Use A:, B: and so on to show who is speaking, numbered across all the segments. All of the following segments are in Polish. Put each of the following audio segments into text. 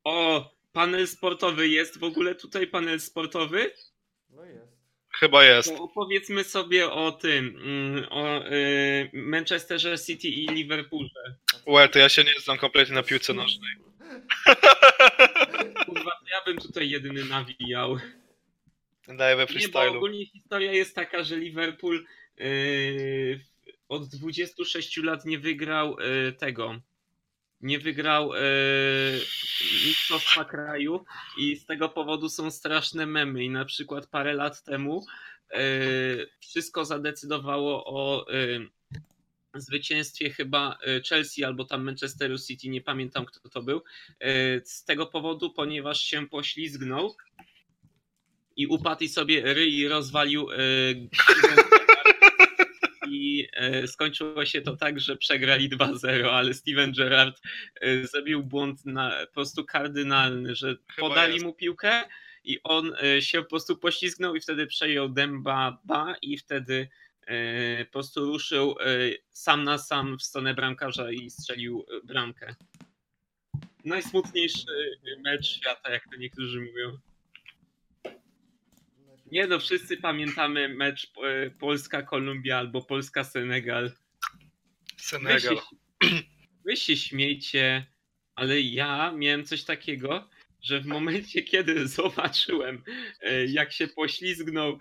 A: O, panel sportowy jest w ogóle tutaj panel sportowy?
B: No jest.
C: Chyba jest.
A: To opowiedzmy sobie o tym, o Manchesterze City i Liverpoolze.
C: Łe, to ja się nie znam kompletnie na piłce nożnej.
A: Kurwa, to ja bym tutaj jedyny nawijał.
C: Daję we
A: Nie, bo
C: freestylu.
A: ogólnie historia jest taka, że Liverpool od 26 lat nie wygrał nie wygrał mistrzostwa kraju i z tego powodu są straszne memy i na przykład parę lat temu wszystko zadecydowało o zwycięstwie chyba Chelsea albo tam Manchesteru City, nie pamiętam kto to był, z tego powodu, ponieważ się poślizgnął i upadł i sobie ryj rozwalił i skończyło się to tak, że przegrali 2-0, ale Steven Gerrard zrobił błąd po prostu kardynalny, że podali mu piłkę i on się po prostu poślizgnął i wtedy przejął Dembaba i wtedy po prostu ruszył sam na sam w stronę bramkarza i strzelił bramkę. Najsmutniejszy mecz świata, jak to niektórzy mówią. Nie no, wszyscy pamiętamy mecz Polska-Kolumbia albo Polska-Senegal.
C: Senegal.
A: Wy się śmiejcie, ale ja miałem coś takiego, że w momencie, kiedy zobaczyłem, jak się poślizgnął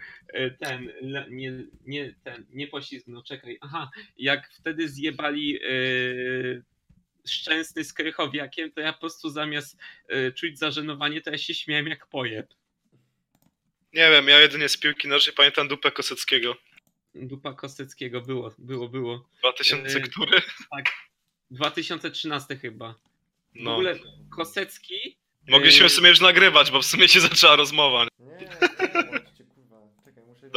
A: nie poślizgnął, czekaj, jak wtedy zjebali Szczęsny z Krychowiakiem, to ja po prostu zamiast czuć zażenowanie, to ja się śmiałem jak pojeb.
C: Nie wiem, ja jedynie z piłki nożnej pamiętam dupę Koseckiego.
A: Dupa Koseckiego było.
C: 2000 który?
A: Tak, 2013 chyba.
C: No.
A: W ogóle Kosecki...
C: Mogliśmy w sumie już nagrywać, bo w sumie się zaczęła rozmowa.
B: Nie, kurwa. Czekaj, muszę...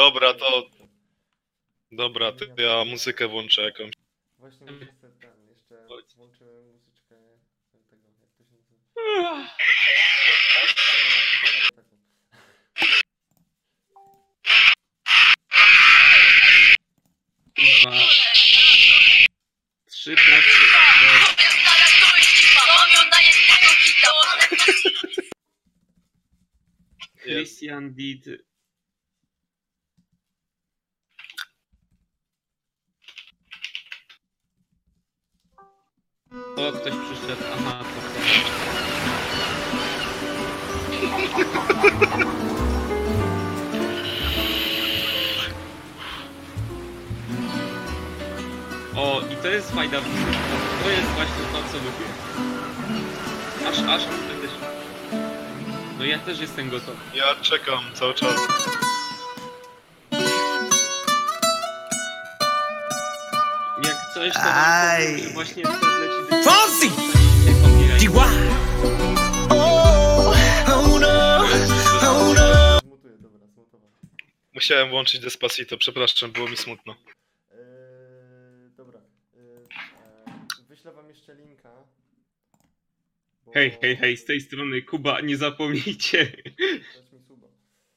C: Dobra, to ja muzykę włączę jakąś.
B: Właśnie muszę jeszcze włączyłem muzyczkę tego, jak to się nazywa.
A: Kurwa. 3 Christian did. O, ktoś przyszedł. Aha, O, i to jest fajna muzyka. To jest właśnie to, co lubię. Aż też. No ja też jestem gotowy.
C: Ja czekam cały czas.
A: Jak coś, to wam właśnie teraz leci...
D: Fonzie!
B: Zmutuję, dobra, zmutował.
C: Musiałem włączyć Despacito, przepraszam, było mi smutno.
B: Dobra. Wyślę wam jeszcze linka. Bo...
A: Hej, z tej strony Kuba, nie zapomnijcie
B: Dać mi suba.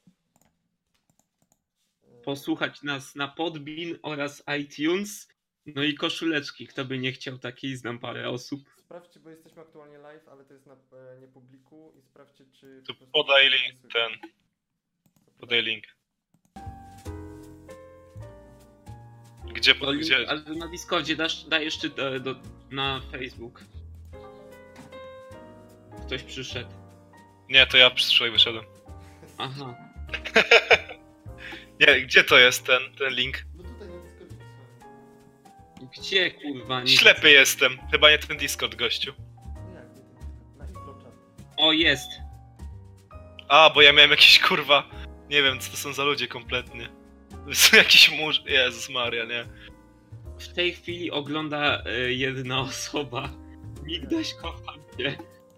A: posłuchać nas na Podbean oraz iTunes. No i koszuleczki, kto by nie chciał takiej, znam parę osób.
B: Sprawdźcie, bo jesteśmy aktualnie live, ale to jest na niepubliku i sprawdźcie, czy...
C: Tu
B: po prostu
C: podaj
B: nie
C: link,
B: słychać.
C: podaj link. Gdzie, gdzie?
A: Ale na Discordzie dajesz czy na Facebook. Ktoś przyszedł.
C: Nie, to ja przyszedłem, wyszedłem.
A: Aha.
C: Nie, gdzie to jest ten link?
B: No tutaj na Discordzie wysłałem.
A: Gdzie kurwa? Nie...
C: Ślepy jestem, chyba nie ten Discord, gościu.
B: No jak, nie ten Discord? Na Inflochat.
A: O, jest.
C: A, bo ja miałem jakiś kurwa... Nie wiem, co to są za ludzie kompletnie. To są jakiś mórz... Jezus Maria, nie?
A: W tej chwili ogląda jedna osoba. Migdaś, kocham cię.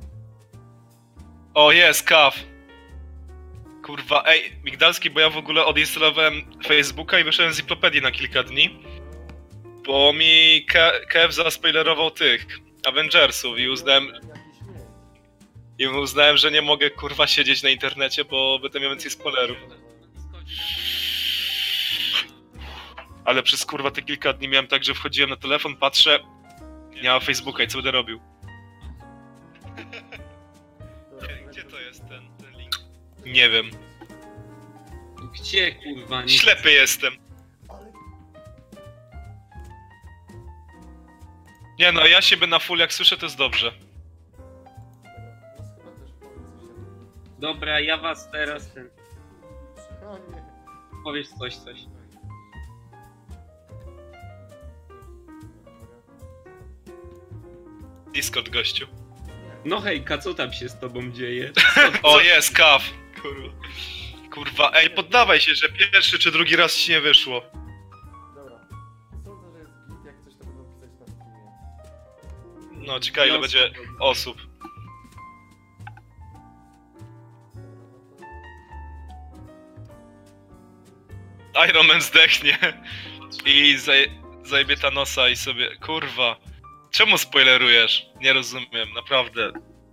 C: O, jest, kaw. Kurwa, ej, Migdalski, bo ja w ogóle odinstalowałem Facebooka i wyszedłem z Encyklopedii na kilka dni. Bo mi Kev zaspoilerował tych Avengersów i uznałem, że nie mogę kurwa siedzieć na internecie, bo będę miał więcej spoilerów. Ale przez kurwa te kilka dni miałem tak, że wchodziłem na telefon, patrzę, nie ma Facebooka i co będę robił? Gdzie to jest ten link? Nie wiem.
A: Gdzie kurwa? Nie...
C: Ślepy jestem. Nie no, ja siebie na full jak słyszę, to jest dobrze.
B: Nas chyba też powiedz się.
A: Dobra, ja was teraz ten...
B: O nie.
A: Powiesz coś.
C: Discord gościu.
A: No hejka, co tam się z tobą dzieje?
C: O jest, kaw. Kurwa. Kurwa, ej, poddawaj się, że pierwszy czy drugi raz ci nie wyszło.
B: Dobra. Sądzę, że jest git, jak coś to będą pisać na streamie.
C: No, ciekawe ile będzie osób. Iron Man zdechnie i zajebie Thanosa i sobie... Kurwa. Czemu spoilerujesz? Nie rozumiem, naprawdę.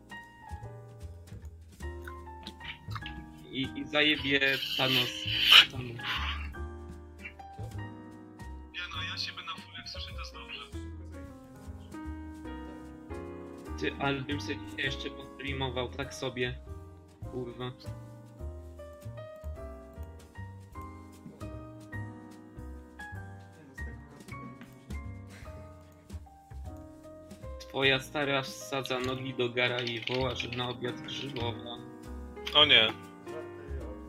A: I zajebie Thanos.
C: Nie no, ja siebie na full jak słyszę, to jest dobrze.
A: Ty, ale bym sobie dzisiaj jeszcze postreamował, tak sobie. Kurwa. Twoja stara wsadza nogi do gara i woła, że na obiad grzybowa.
C: O nie.
B: Żarty o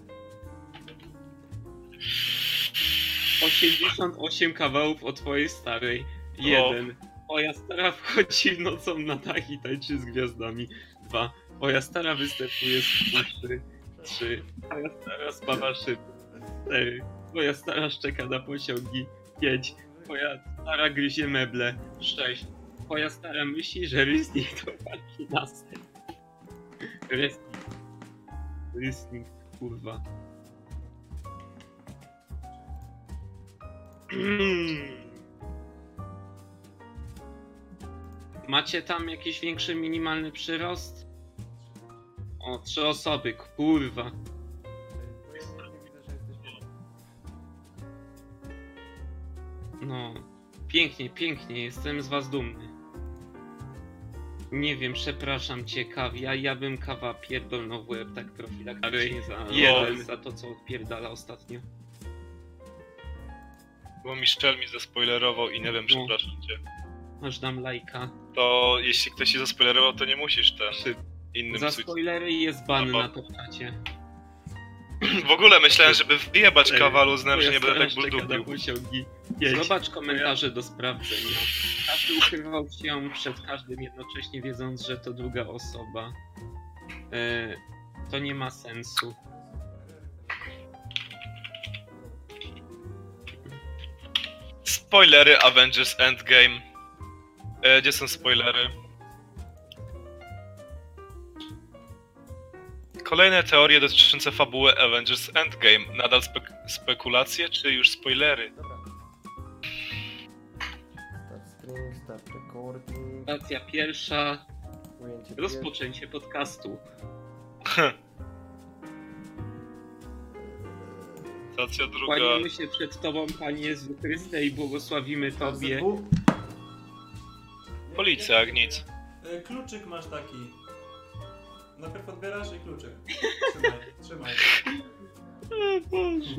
B: twojej starej.
A: 88 kawałów o twojej starej. 1. Twoja stara wchodzi nocą na dach i tańczy z gwiazdami. 2. Twoja stara występuje z puszczy. 3. Twoja stara spawa szyby. 4. Twoja stara szczeka na pociągi. 5. Twoja stara gryzie meble. 6. Twoja stara myśli, że wrestling to walki na sen. Wrestling, kurwa. Macie tam jakiś większy minimalny przyrost? O, 3 osoby, kurwa.
B: To ja nie widzę, że jesteś...
A: No, pięknie, jestem z was dumny. Nie wiem, przepraszam cię, Kawia, ja bym Kawa pierdolnął w łeb tak profilaktycznie za to, co odpierdala ostatnio.
C: Bo Michel mi zaspoilerował i nie wiem, przepraszam cię.
A: Masz dam lajka.
C: To jeśli ktoś ci zaspoilerował, to nie musisz też innym
A: Za
C: psuć.
A: spoilery jest ban
C: No bo-
A: na to w czacie.
C: W ogóle myślałem, żeby wyjebać kawalu, znam, że nie będę tak
A: Twoja stara
C: buldubił.
A: szczeka na pociągi. Zobacz komentarze do sprawdzenia. Każdy ukrywał się przed każdym jednocześnie wiedząc, że to druga osoba. To nie ma sensu.
C: Spoilery Avengers Endgame. Gdzie są spoilery? Kolejne teorie dotyczące fabuły Avengers Endgame. Nadal spekulacje, czy już spoilery?
B: Dobra. Start stream, start recording.
A: Stacja pierwsza.
B: Ujęcie
A: Rozpoczęcie podcastu.
C: Stacja druga.
A: Kłaniamy się przed Tobą, Panie Jezu Chryste, i błogosławimy Tobie.
C: Policja, jak nic.
D: Kluczyk masz taki. Najpierw odbierasz i kluczyk. Trzymaj.
A: O Boże.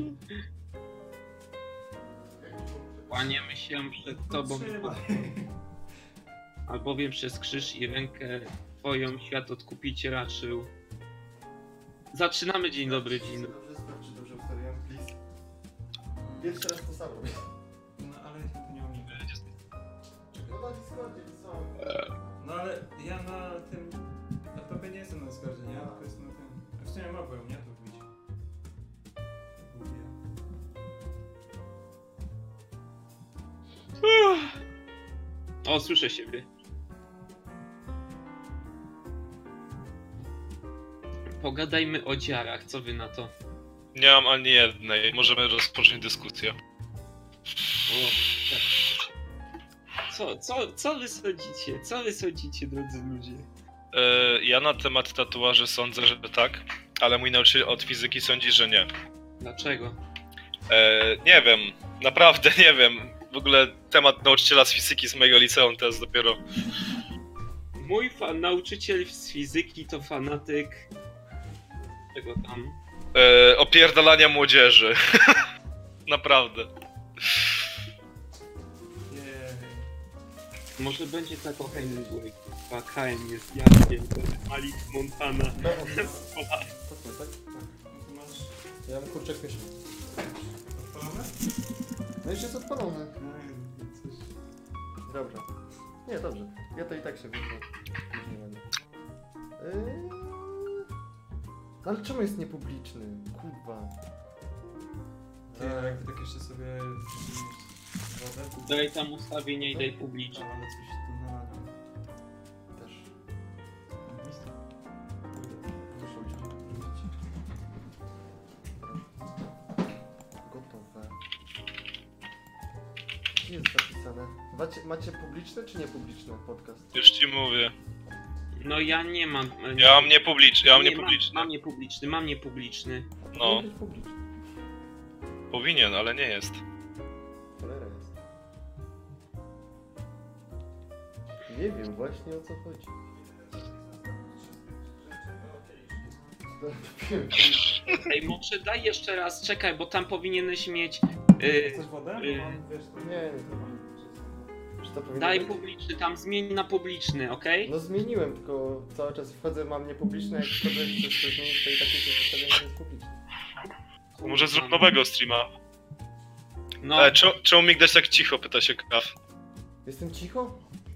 A: Kłaniamy się przed Tobą,
D: Trzymaj.
A: albowiem przez krzyż i rękę Twoją świat odkupić raczył. Zaczynamy, dzień dobry, dzień dobry.
B: Dobrze, sprawdź, czy dobrze ustawiłem, please. Pierwszy raz to samo.
D: No ale ja to nie umiem.
B: No na Discordzie są.
D: No ale ja na tym... Na tobie nie jestem na Discordzie, nie? Tylko jestem na tym... W sumie mogłem, nie? To wbić. Głupie.
A: O, słyszę siebie. Pogadajmy o dziarach, co wy na to?
C: Nie mam ani jednej. Możemy rozpocząć dyskusję.
A: O, tak. Co wy sądzicie? Co wy sądzicie, drodzy ludzie?
C: Ja na temat tatuaży sądzę, że tak, ale mój nauczyciel od fizyki sądzi, że nie.
A: Dlaczego?
C: Nie wiem, naprawdę nie wiem. W ogóle temat nauczyciela z fizyki z mojego liceum to jest dopiero...
A: Mój nauczyciel z fizyki to fanatyk... Czego tam?
C: Opierdalania młodzieży. Naprawdę.
D: Jej.
A: Może będzie tak o Hemingway. A KM jest jaskiem, to jest Malik Montana.
B: Posłuchaj, tak?
D: Tu masz
B: Ja mam kurczak mieszany.
D: odpalone?
B: No już jest odpalony.
D: No i coś.
B: Dobra. Nie, dobrze. Ja to i tak się wyjdę. Później będę. No ale czemu jest niepubliczny? Kurwa.
D: Ty, ale jakby tak jeszcze sobie wodę,
A: Daj tam ustawienia i daj publicznie.
D: ale coś tu nalałem.
B: Też.
D: Proszę udział.
B: Gotowe. Gdzie jest zapisane? Macie publiczny czy niepubliczny podcast?
C: Już ci mówię.
A: No ja nie mam...
C: Ja mam niepubliczny.
A: Mam niepubliczny, mam niepubliczny.
B: A to
C: No.
B: powinien być publiczny.
C: Powinien, ale nie jest.
B: Cholera jest. Nie wiem właśnie o co chodzi.
A: Ej, może daj jeszcze raz, czekaj, bo tam powinieneś mieć...
D: Chcesz wodę? Bo mam, wiesz, to...
B: Nie, czy to powinno
A: Daj
B: być?
A: publiczny, tam zmień na publiczny, okej?
B: No zmieniłem, tylko cały czas wchodzę, mam niepubliczne, jak wchodzę, chcę coś zmienić, to i tak jest ustawione, że jest publiczny.
C: Może zrób nowego streama.
A: No,
C: Czemu migdać tak cicho, pyta się Kaw.
B: Jestem cicho?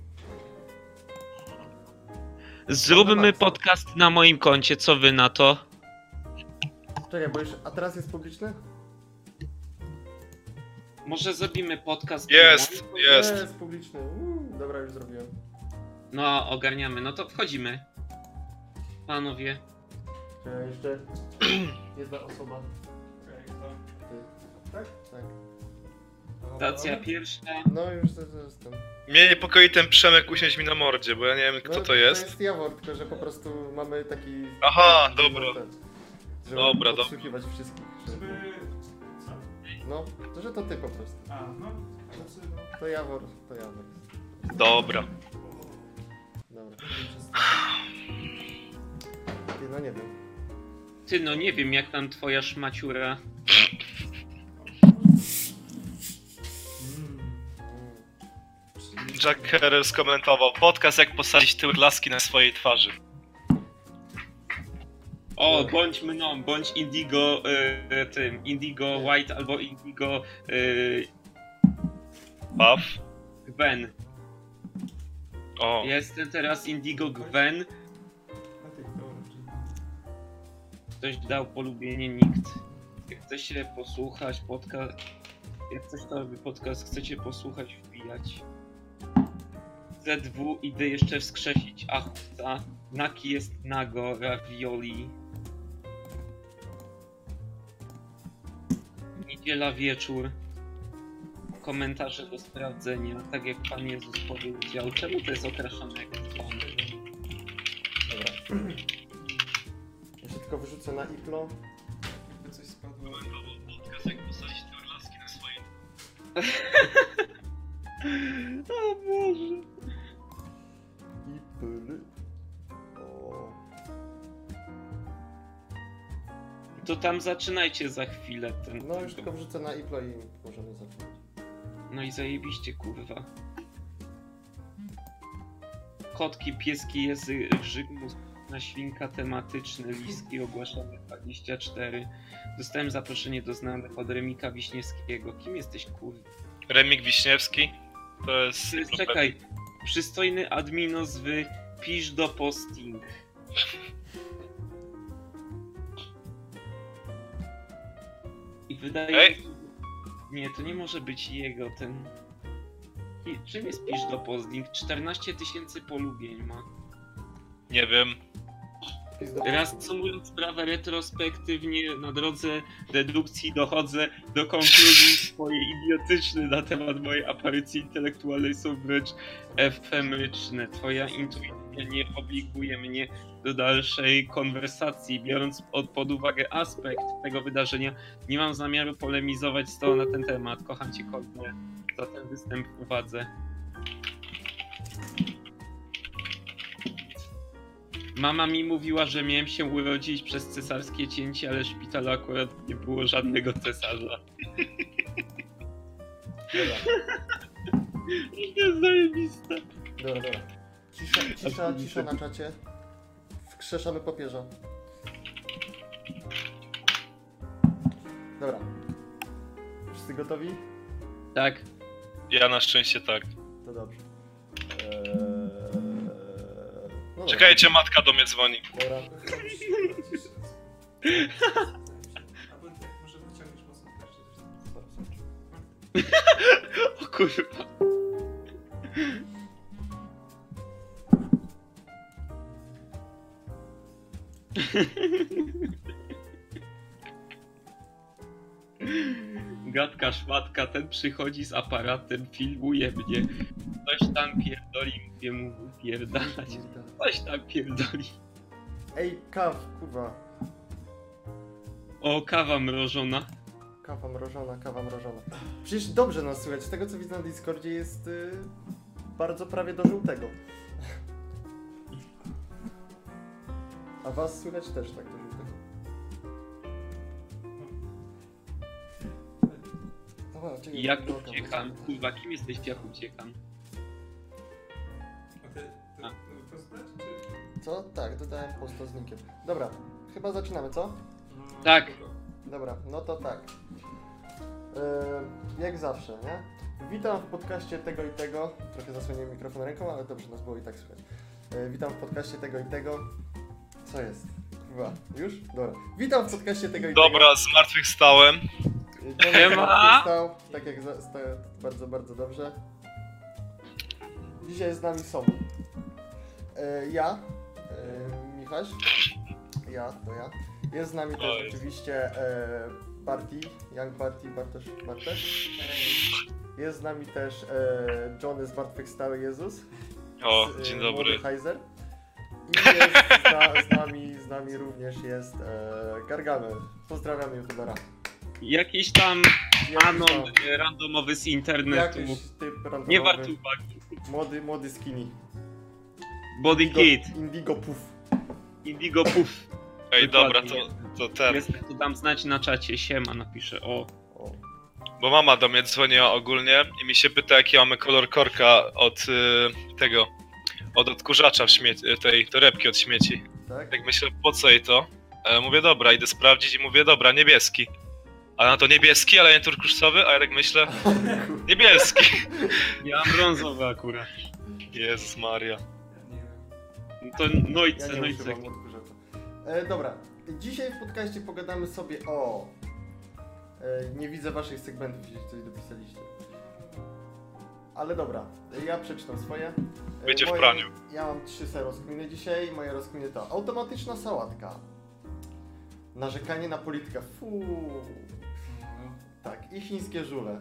A: zróbmy podcast na moim koncie, co wy na to?
B: Czekaj, bo już, a teraz jest publiczny?
A: Może zrobimy podcast
C: Jest,
A: na moim?
C: jest.
B: Jest publiczny. Dobra, już zrobiłem.
A: No, ogarniamy, no to wchodzimy. Panowie.
B: Czekaj, jeszcze jedna osoba.
D: Okej, to...
B: Ty. Tak? Tak.
A: Stacja pierwsza.
B: No już to jestem.
C: Mnie niepokoi ten Przemek usiąść mi na mordzie, bo ja nie wiem kto
B: No,
C: to jest.
B: To jest Jawor, tylko że po prostu mamy taki...
C: Aha,
B: taki
C: dobra.
B: ten, żeby
C: Dobra, dobra.
B: podsłuchiwać wszystkich.
D: Żeby... Co?
B: No, to że to ty po prostu.
D: A, no. Znaczy, no.
B: To Jawor, to Jawor.
C: Dobra.
B: Dobra. Ty, no nie wiem.
A: Ty, no nie wiem, jak tam twoja szmaciura.
C: Jack Carroll skomentował. Podcast jak posadzić tyły laski na swojej twarzy.
A: O, bądź Indigo tym, Indigo White albo Indigo
C: Paw?
A: Gwen.
C: O.
A: Jestem teraz Indigo Gwen.
D: Na tych dobra,
A: Ktoś dał polubienie, nikt. Jak chcecie posłuchać podcast, jak coś to robi podcast, chcecie posłuchać, wbijać. ZW idę jeszcze wskrzesić Achuta. Naki jest nago, ravioli. Niedziela wieczór. Komentarze do sprawdzenia, tak jak Pan Jezus powiedział. Czemu to jest okraszone jak dzwon?
B: Dobra. Ja się tylko wyrzucę na Iplo.
D: jakby coś spadło.
C: Podcast jak posadzić tyły laski na swojej
A: O Boże.
B: Ipl. O.
A: To tam zaczynajcie za chwilę ten.
B: No już tylko wrzucę na Iplo i możemy zacząć.
A: No i zajebiście, kurwa. Kotki, pieski, język, żygmus na świnka tematyczny, listki ogłaszane 24. Dostałem zaproszenie do znanych od Remika Wiśniewskiego. Kim jesteś, kurwa?
C: Remik Wiśniewski? To jest...
A: Czekaj, przystojny admino zwy pisz do posting. I wydaje
C: Ej.
A: mi się, nie, to nie może być jego ten... Czym jest pisz do posting? 14 000 polubień ma.
C: Nie wiem.
A: Reasumując sprawę retrospektywnie, na drodze dedukcji dochodzę do konkluzji swoje idiotyczne na temat mojej aparycji intelektualnej są wręcz efemryczne. Twoja intuicja nie obliguje mnie do dalszej konwersacji. Biorąc pod uwagę aspekt tego wydarzenia, nie mam zamiaru polemizować z tobą na ten temat. Kocham cię, Kolbie, za ten występ w uwadze. Mama mi mówiła, że miałem się urodzić przez cesarskie cięcie, ale w szpitalu akurat nie było żadnego cesarza.
B: Dobra,
A: To jest zajebiste.
B: dobra. Cisza na czacie. Wskrzeszamy papieża. Dobra. Wszyscy gotowi?
A: Tak.
C: Ja na szczęście tak.
B: To dobrze. No dobra.
C: Czekajcie, matka do mnie dzwoni.
B: Dobra.
D: Albo tak, może wyciągniesz mocno jeszcze coś tam.
A: O kurwa. Gadka szmatka, ten przychodzi z aparatem, filmuje mnie. Coś tam pierdoli, mówię mu wypierdalać. Coś tam pierdoli.
B: Ej, kurwa.
A: O, kawa mrożona.
B: Kawa mrożona. Przecież dobrze nas słychać. Z tego co widzę na Discordzie jest bardzo prawie do żółtego. A was słychać też tak do żółtego. Dobra, czekaj,
A: Jak
B: bloka,
A: uciekam?
B: bo-
A: Kurwa, kim jesteś, jak uciekam?
D: A ty postać, czy...
B: Co? Tak, dodałem posta z linkiem. Dobra, chyba zaczynamy, co?
D: No,
A: Tak.
D: spoko.
B: Dobra, no to tak. Jak zawsze, nie? Witam w podcaście tego i tego. Trochę zasłoniłem mikrofon ręką, ale dobrze nas było i tak słychać. Witam w podcaście tego i tego. Co jest? Kurwa, już? Dobra. Witam w podcaście tego i tego.
C: Dobra, zmartwychwstałem.
A: Siema!
B: Stał, tak jak bardzo, bardzo dobrze. Dzisiaj z nami są ja, Michaś. Ja. Jest z nami też
C: Oj.
B: oczywiście Barty, Young Barty, Bartosz. Jest z nami też Johnny Zmartwychwstały Jezus.
C: O, dzień
B: Młody
C: dobry.
B: Heiser. I jest z nami również jest Gargamel. Pozdrawiamy youtubera.
A: Jakiś tam
B: Jakiś
A: anon
B: tam-
A: randomowy z internetu.
B: Jakiś typ randomowy.
A: Nie warto uwagi.
B: Młody skinny.
A: Body Kid,
B: Indigo Puff.
A: Indigo Puff.
C: Ej, dobra,
A: Dokładnie.
C: to ten.
A: To dam znać na czacie, siema napiszę, o.
B: O.
C: Bo mama do mnie dzwoniła ogólnie i mi się pyta, jaki mamy kolor korka od tego. Od odkurzacza w tej torebki od śmieci.
B: Tak?
C: Jak myślę, po co jej to? Mówię, dobra, idę sprawdzić i mówię, dobra, niebieski. A na to niebieski, ale nie turkusowy, a ja tak myślę, niebieski.
A: Ja mam brązowy akurat.
C: Jezus Maria.
D: Ja nie wiem.
A: No to
B: Ja
A: nojce,
B: nie
A: nojce.
B: używam odkurzacza. Dobra, dzisiaj w podcaście pogadamy sobie o... nie widzę waszych segmentów, jeśli coś dopisaliście. Ale dobra, ja przeczytam swoje.
C: Będzie w praniu.
B: Ja mam 3 rozkminy dzisiaj. Moje rozkminy to automatyczna sałatka. Narzekanie na politykę.
D: No.
B: Tak, i chińskie żule.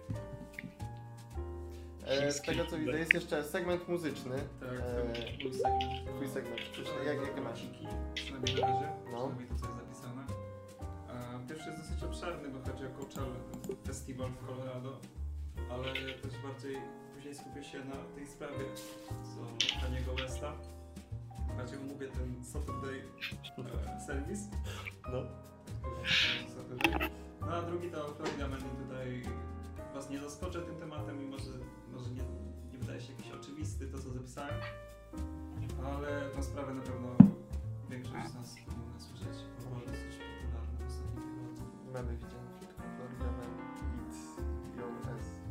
B: Z
A: Chińskie
B: tego co
A: żule.
B: widzę jest jeszcze segment muzyczny.
D: Tak, to mój segment.
B: Twój segment. Jak masz?
D: Przynajmniej na razie.
B: No.
D: Przynajmniej to, co jest zapisane. Pierwszy jest dosyć obszerny, bo chodzi o Coachella Festival w Colorado. Ale też bardziej później skupię się na tej sprawie, co Kaniego Westa. Bardziej omówię ten Saturday Service.
B: No.
D: No a drugi to Florida Man i tutaj was nie zaskoczę tym tematem, mimo że może nie wydaje się jakiś oczywisty to, co zapisałem. Ale tą sprawę na pewno większość z nas powinna słyszeć, bo jest dosyć popularna w ostatnim tygodniu.
B: Mamy widziałem wszystko. Florida Man, It's Your S.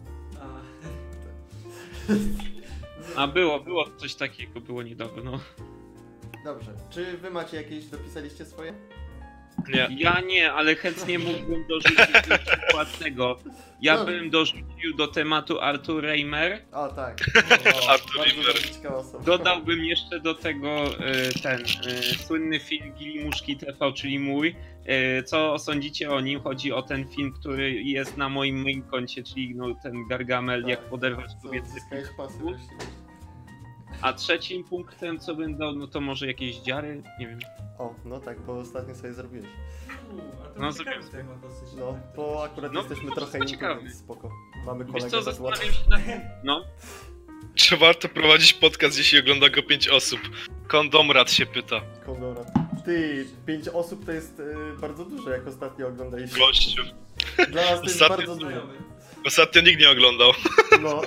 A: A było coś takiego, było niedawno.
B: Dobrze, czy wy macie jakieś, dopisaliście swoje?
C: Nie.
A: Ja nie, ale chętnie mógłbym dorzucić na przykład tego. Ja
B: No.
A: bym dorzucił do tematu Arthur Reimer.
B: O tak.
C: Artur
B: bardzo
C: Rimmer.
B: ciekawa osoba.
A: Dodałbym jeszcze do tego ten słynny film Gili Muszki TV, czyli mój. Co sądzicie o nim? Chodzi o ten film, który jest na moim koncie, czyli no, ten Gargamel,
B: Tak.
A: jak poderwać
B: Co,
A: kobiety.
B: zyskałeś pasy wreszcie.
A: A trzecim punktem, co bym dał, no to może jakieś dziary? Nie wiem.
B: O, no tak, bo ostatnio sobie zrobiłeś.
D: A to
A: No,
D: ciekawy
A: zrobię.
D: temat dosyć.
B: No,
D: tak,
B: bo
D: tak.
B: akurat
A: No,
B: jesteśmy
A: to
B: trochę
A: wszystko
B: inni,
A: ciekawe.
B: więc spoko. Mamy
A: Wiesz
B: kolegę
A: co,
B: za
A: zastanawiam się na... No,
C: Czy warto prowadzić podcast, jeśli ogląda go 5 osób? Kondomrad się pyta.
B: Kondora. Ty, 5 osób to jest bardzo dużo, jak ostatnio oglądaliśmy.
C: Gościu.
B: Dla nas to jest
C: Ostatnio-
B: bardzo dużo.
D: Znajomy.
C: Ostatnio nikt nie oglądał.
B: No.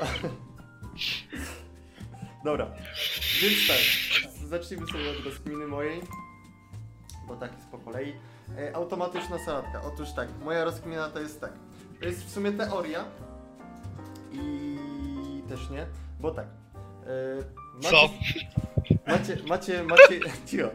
B: Dobra, więc tak, zacznijmy sobie od rozkminy mojej, bo tak jest po kolei. Automatyczna sałatka. Otóż tak, moja rozkmina to jest tak. To jest w sumie teoria i też nie, bo tak.
C: Co?
B: Macie, cicho.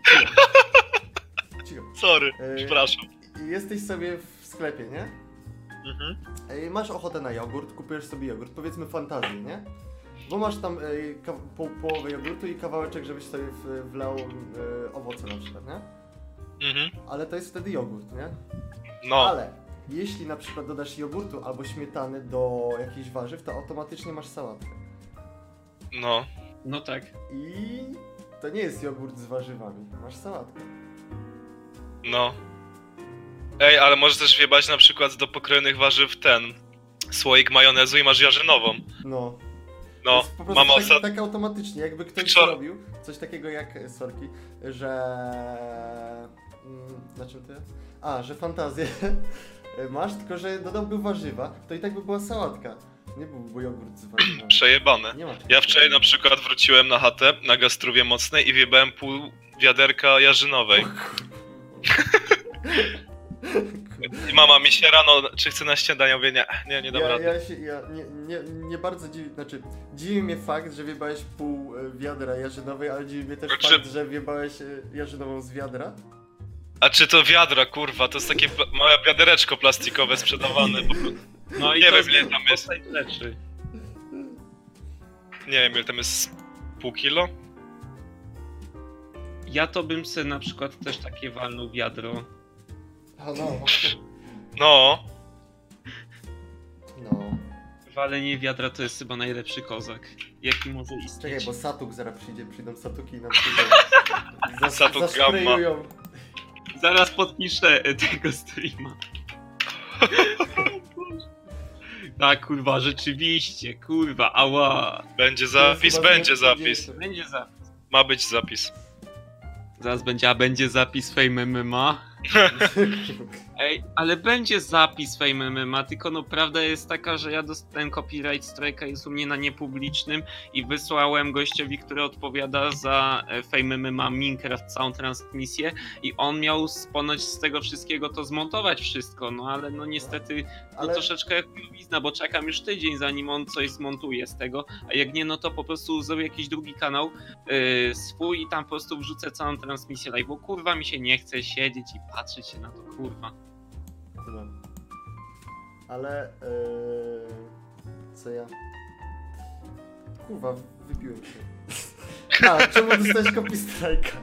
B: Cicho.
C: Sorry,
B: Yy,
C: przepraszam.
B: Jesteś sobie w sklepie, nie?
C: Mhm.
B: Masz ochotę na jogurt, kupujesz sobie jogurt, powiedzmy fantazję, nie? Bo masz tam połowę jogurtu i kawałeczek, żebyś sobie wlał owoce na przykład, nie?
C: Mhm.
B: Ale to jest wtedy jogurt, nie?
C: No,
B: Ale jeśli na przykład dodasz jogurtu albo śmietany do jakichś warzyw, to automatycznie masz sałatkę.
C: no.
A: No tak.
B: I to nie jest jogurt z warzywami, masz sałatkę.
C: No. Ej, ale możesz też wjebać na przykład do pokrojonych warzyw ten słoik majonezu i masz jarzynową.
B: No. To
C: No,
B: jest po prostu
C: mama
B: tak automatycznie, jakby ktoś
C: Wczor-
B: zrobił coś takiego jak sorki, że... na czym ty? Że fantazję masz, tylko że dodałby warzywa, to i tak by była sałatka. Nie byłby jogurt z warzywami.
C: przejebane.
B: Nie ma.
C: Ja wczoraj na przykład wróciłem na chatę na gastruwie mocnej i wjebałem pół wiaderka jarzynowej. I mama mi się rano, czy chce na śniadanie, mówię, nie dam rady.
B: Ja nie bardzo dziwi, znaczy dziwi mnie fakt, że wjebałeś pół wiadra jarzynowej, ale dziwi mnie też
C: Znaczy-
B: fakt, że wjebałeś jarzynową z wiadra.
C: A czy to wiadra, kurwa, to jest takie małe wiadereczko plastikowe sprzedawane.
A: No i
C: Nie
A: to
C: wiem, ile tam jest.
A: postać rzeczy.
C: Nie wiem, ile tam jest pół kilo?
A: Ja to bym se na przykład też takie walnął wiadro.
B: No.
C: No,
B: No.
A: Walenie wiadra to jest chyba najlepszy kozak, jaki może istnieć.
B: Czekaj, bo Satuk zaraz przyjdą Satuki i nam tutaj
C: Satuk
B: zasprayują.
A: Zaraz podpiszę tego streama. Tak, kurwa, rzeczywiście, kurwa, ała.
C: będzie zapis,
B: chyba
C: będzie
B: zmiana
C: zapis.
A: Będzie zapis.
C: Ma być zapis.
A: Zaraz będzie zapis Fame MMA. Ej, ale będzie zapis Fame MMA, tylko no prawda jest taka, że ja dostałem copyright strike'a, jest u mnie na niepublicznym i wysłałem gościowi, który odpowiada za Fame MMA Minecraft całą transmisję i on miał ponoć z tego wszystkiego to zmontować wszystko, no ale no niestety
B: Ale-
A: troszeczkę jak chujowizna, bo czekam już tydzień zanim on coś zmontuje z tego, a jak nie no to po prostu zrobię jakiś drugi kanał swój i tam po prostu wrzucę całą transmisję live, bo kurwa mi się nie chce siedzieć i patrzeć się na to, kurwa.
B: Dobra. Ale co ja? Kurwa, wypiłem się. Czemu dostałeś copy strike'a?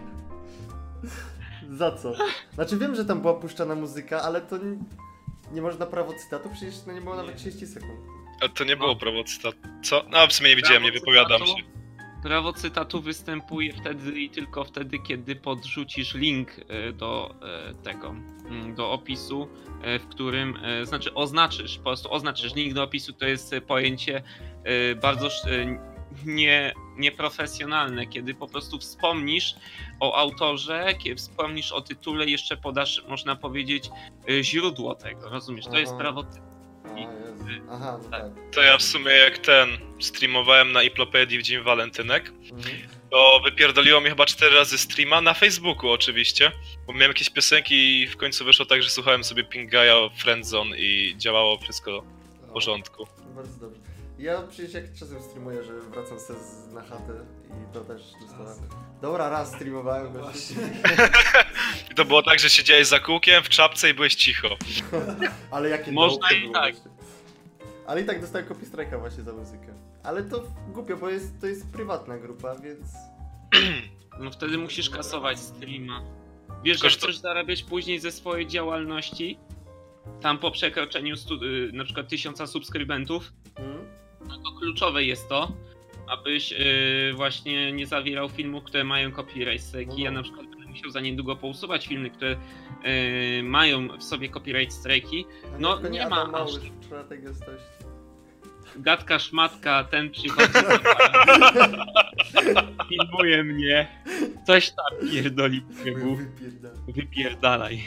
B: Za co? Znaczy wiem, że tam była puszczana muzyka, ale to nie można prawo cytatu, przecież to nie było nawet 30 sekund.
C: A to nie było prawo cytatu. Co? No, w sumie nie widziałem, nie wypowiadam się.
A: Prawo cytatu występuje wtedy i tylko wtedy, kiedy podrzucisz link do tego, do opisu, w którym, znaczy oznaczysz, po prostu oznaczysz link do opisu, to jest pojęcie bardzo nieprofesjonalne, kiedy po prostu wspomnisz o autorze, kiedy wspomnisz o tytule, jeszcze podasz, można powiedzieć, źródło tego, rozumiesz? To jest
B: Aha.
A: prawo cytatu.
B: Jezu. Aha, no tak.
C: To ja w sumie jak streamowałem na Iplopedii w Dzień Walentynek,
B: Mhm.
C: to wypierdoliło mi chyba 4 razy streama, na Facebooku oczywiście, bo miałem jakieś piosenki i w końcu wyszło tak, że słuchałem sobie Pink Guy'a Friendzone i działało wszystko w porządku.
B: Bardzo dobrze. Ja przecież jak czasem streamuję, że wracam na chatę i to też dostałem. Dobra, raz streamowałem go.
D: Właśnie.
C: I to było tak, że siedziałeś za kółkiem w czapce i byłeś cicho.
B: Ale jakie
A: Można
B: dołki
A: i
B: było
A: tak.
B: właśnie. Ale i tak dostałem copy strike'a właśnie za muzykę. Ale to głupio, bo to jest prywatna grupa, więc...
A: No wtedy musisz kasować streama. Wiesz, że
C: Tylko, że to-
A: chcesz zarabiać później ze swojej działalności, tam po przekroczeniu na przykład 1000 subskrybentów, no to kluczowe jest to, abyś właśnie nie zawierał filmów, które mają copyright strike.
B: No.
A: Ja na przykład będę musiał za niedługo pousuwać filmy, które mają w sobie copyright strike'i. No,
B: tylko
A: nie
B: Adam
A: ma
B: Mały
A: aż-
B: w czwartek jesteś.
A: Gadka, szmatka, ten przychodzi. Filmuje mnie. Coś tam pierdoli. Mu. Wypierdalaj.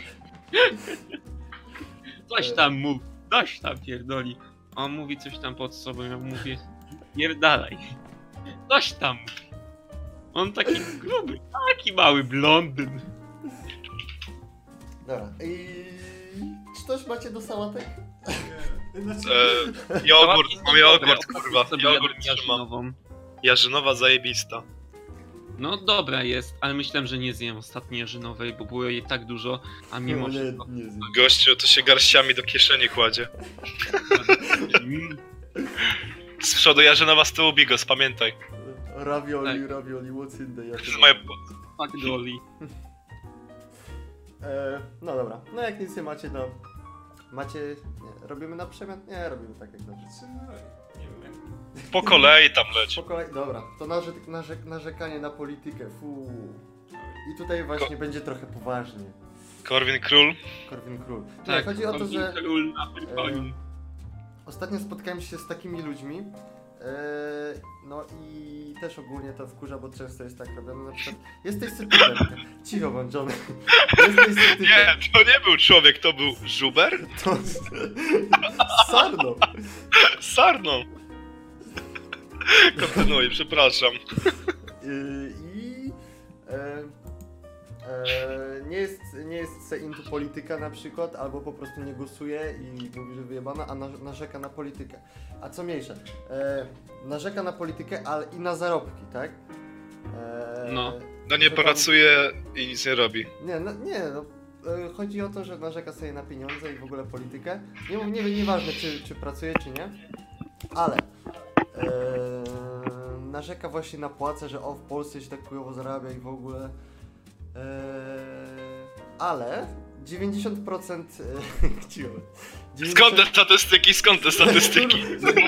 A: Coś tam mów. Coś tam pierdoli. On mówi coś tam pod sobą, ja mówię pierdalaj. Coś tam mówi. On taki gruby, taki mały blondyn.
B: Dobra. I czy coś macie do sałatek?
D: Znaczy,
C: Mam jogurt, kurwa.
A: Sobie
C: Jogurt
A: jadłem
C: trzymam.
A: jarzynową.
C: Jarzynowa zajebista.
A: No dobra jest, ale myślałem, że nie zjem ostatniej jarzynowej, bo było jej tak dużo, a mimo wszystko...
B: Nie zjem.
C: Gościu, to się garściami do kieszeni kładzie. Z przodu jarzynowa, z tyłu bigos, pamiętaj.
B: Ravioli,
A: Tak.
B: ravioli, what's in the
C: To jest moje...
A: Fuck Dolly.
B: No dobra, no jak nic nie macie, no... Macie... Nie, robimy na przemian? Nie, robimy tak jak dobrze.
D: nie wiem jak...
C: Po kolei tam leć.
B: Po kolei, dobra, to narzekanie na politykę, I tutaj właśnie będzie trochę poważnie.
C: Korwin Król.
B: Korwin Król. Nie,
A: Tak,
B: chodzi o to, że
A: Król na Pyrkonim.
B: ostatnio spotkałem się z takimi ludźmi, no i też ogólnie to wkurza, bo często jest tak robione, na przykład jesteś sytypem, cicho bądź John, jesteś sytypem,
C: Nie, to nie był człowiek, to był żuber?
B: to sarno.
C: Sarną. Kontynuuj, przepraszam.
B: I nie jest se into polityka na przykład, albo po prostu nie głosuje i mówi, że wyjebana, a narzeka na politykę. A co mniejsze, narzeka na politykę, ale i na zarobki, tak?
A: No.
C: No nie
B: że tam-
C: pracuje i nic nie robi.
B: Chodzi o to, że narzeka sobie na pieniądze i w ogóle politykę. Nieważne czy pracuje, czy nie, ale narzeka właśnie na płacę, że w Polsce się tak chujowo zarabia i w ogóle. Ale 90% cicho.
C: Skąd te statystyki? Skąd te statystyki?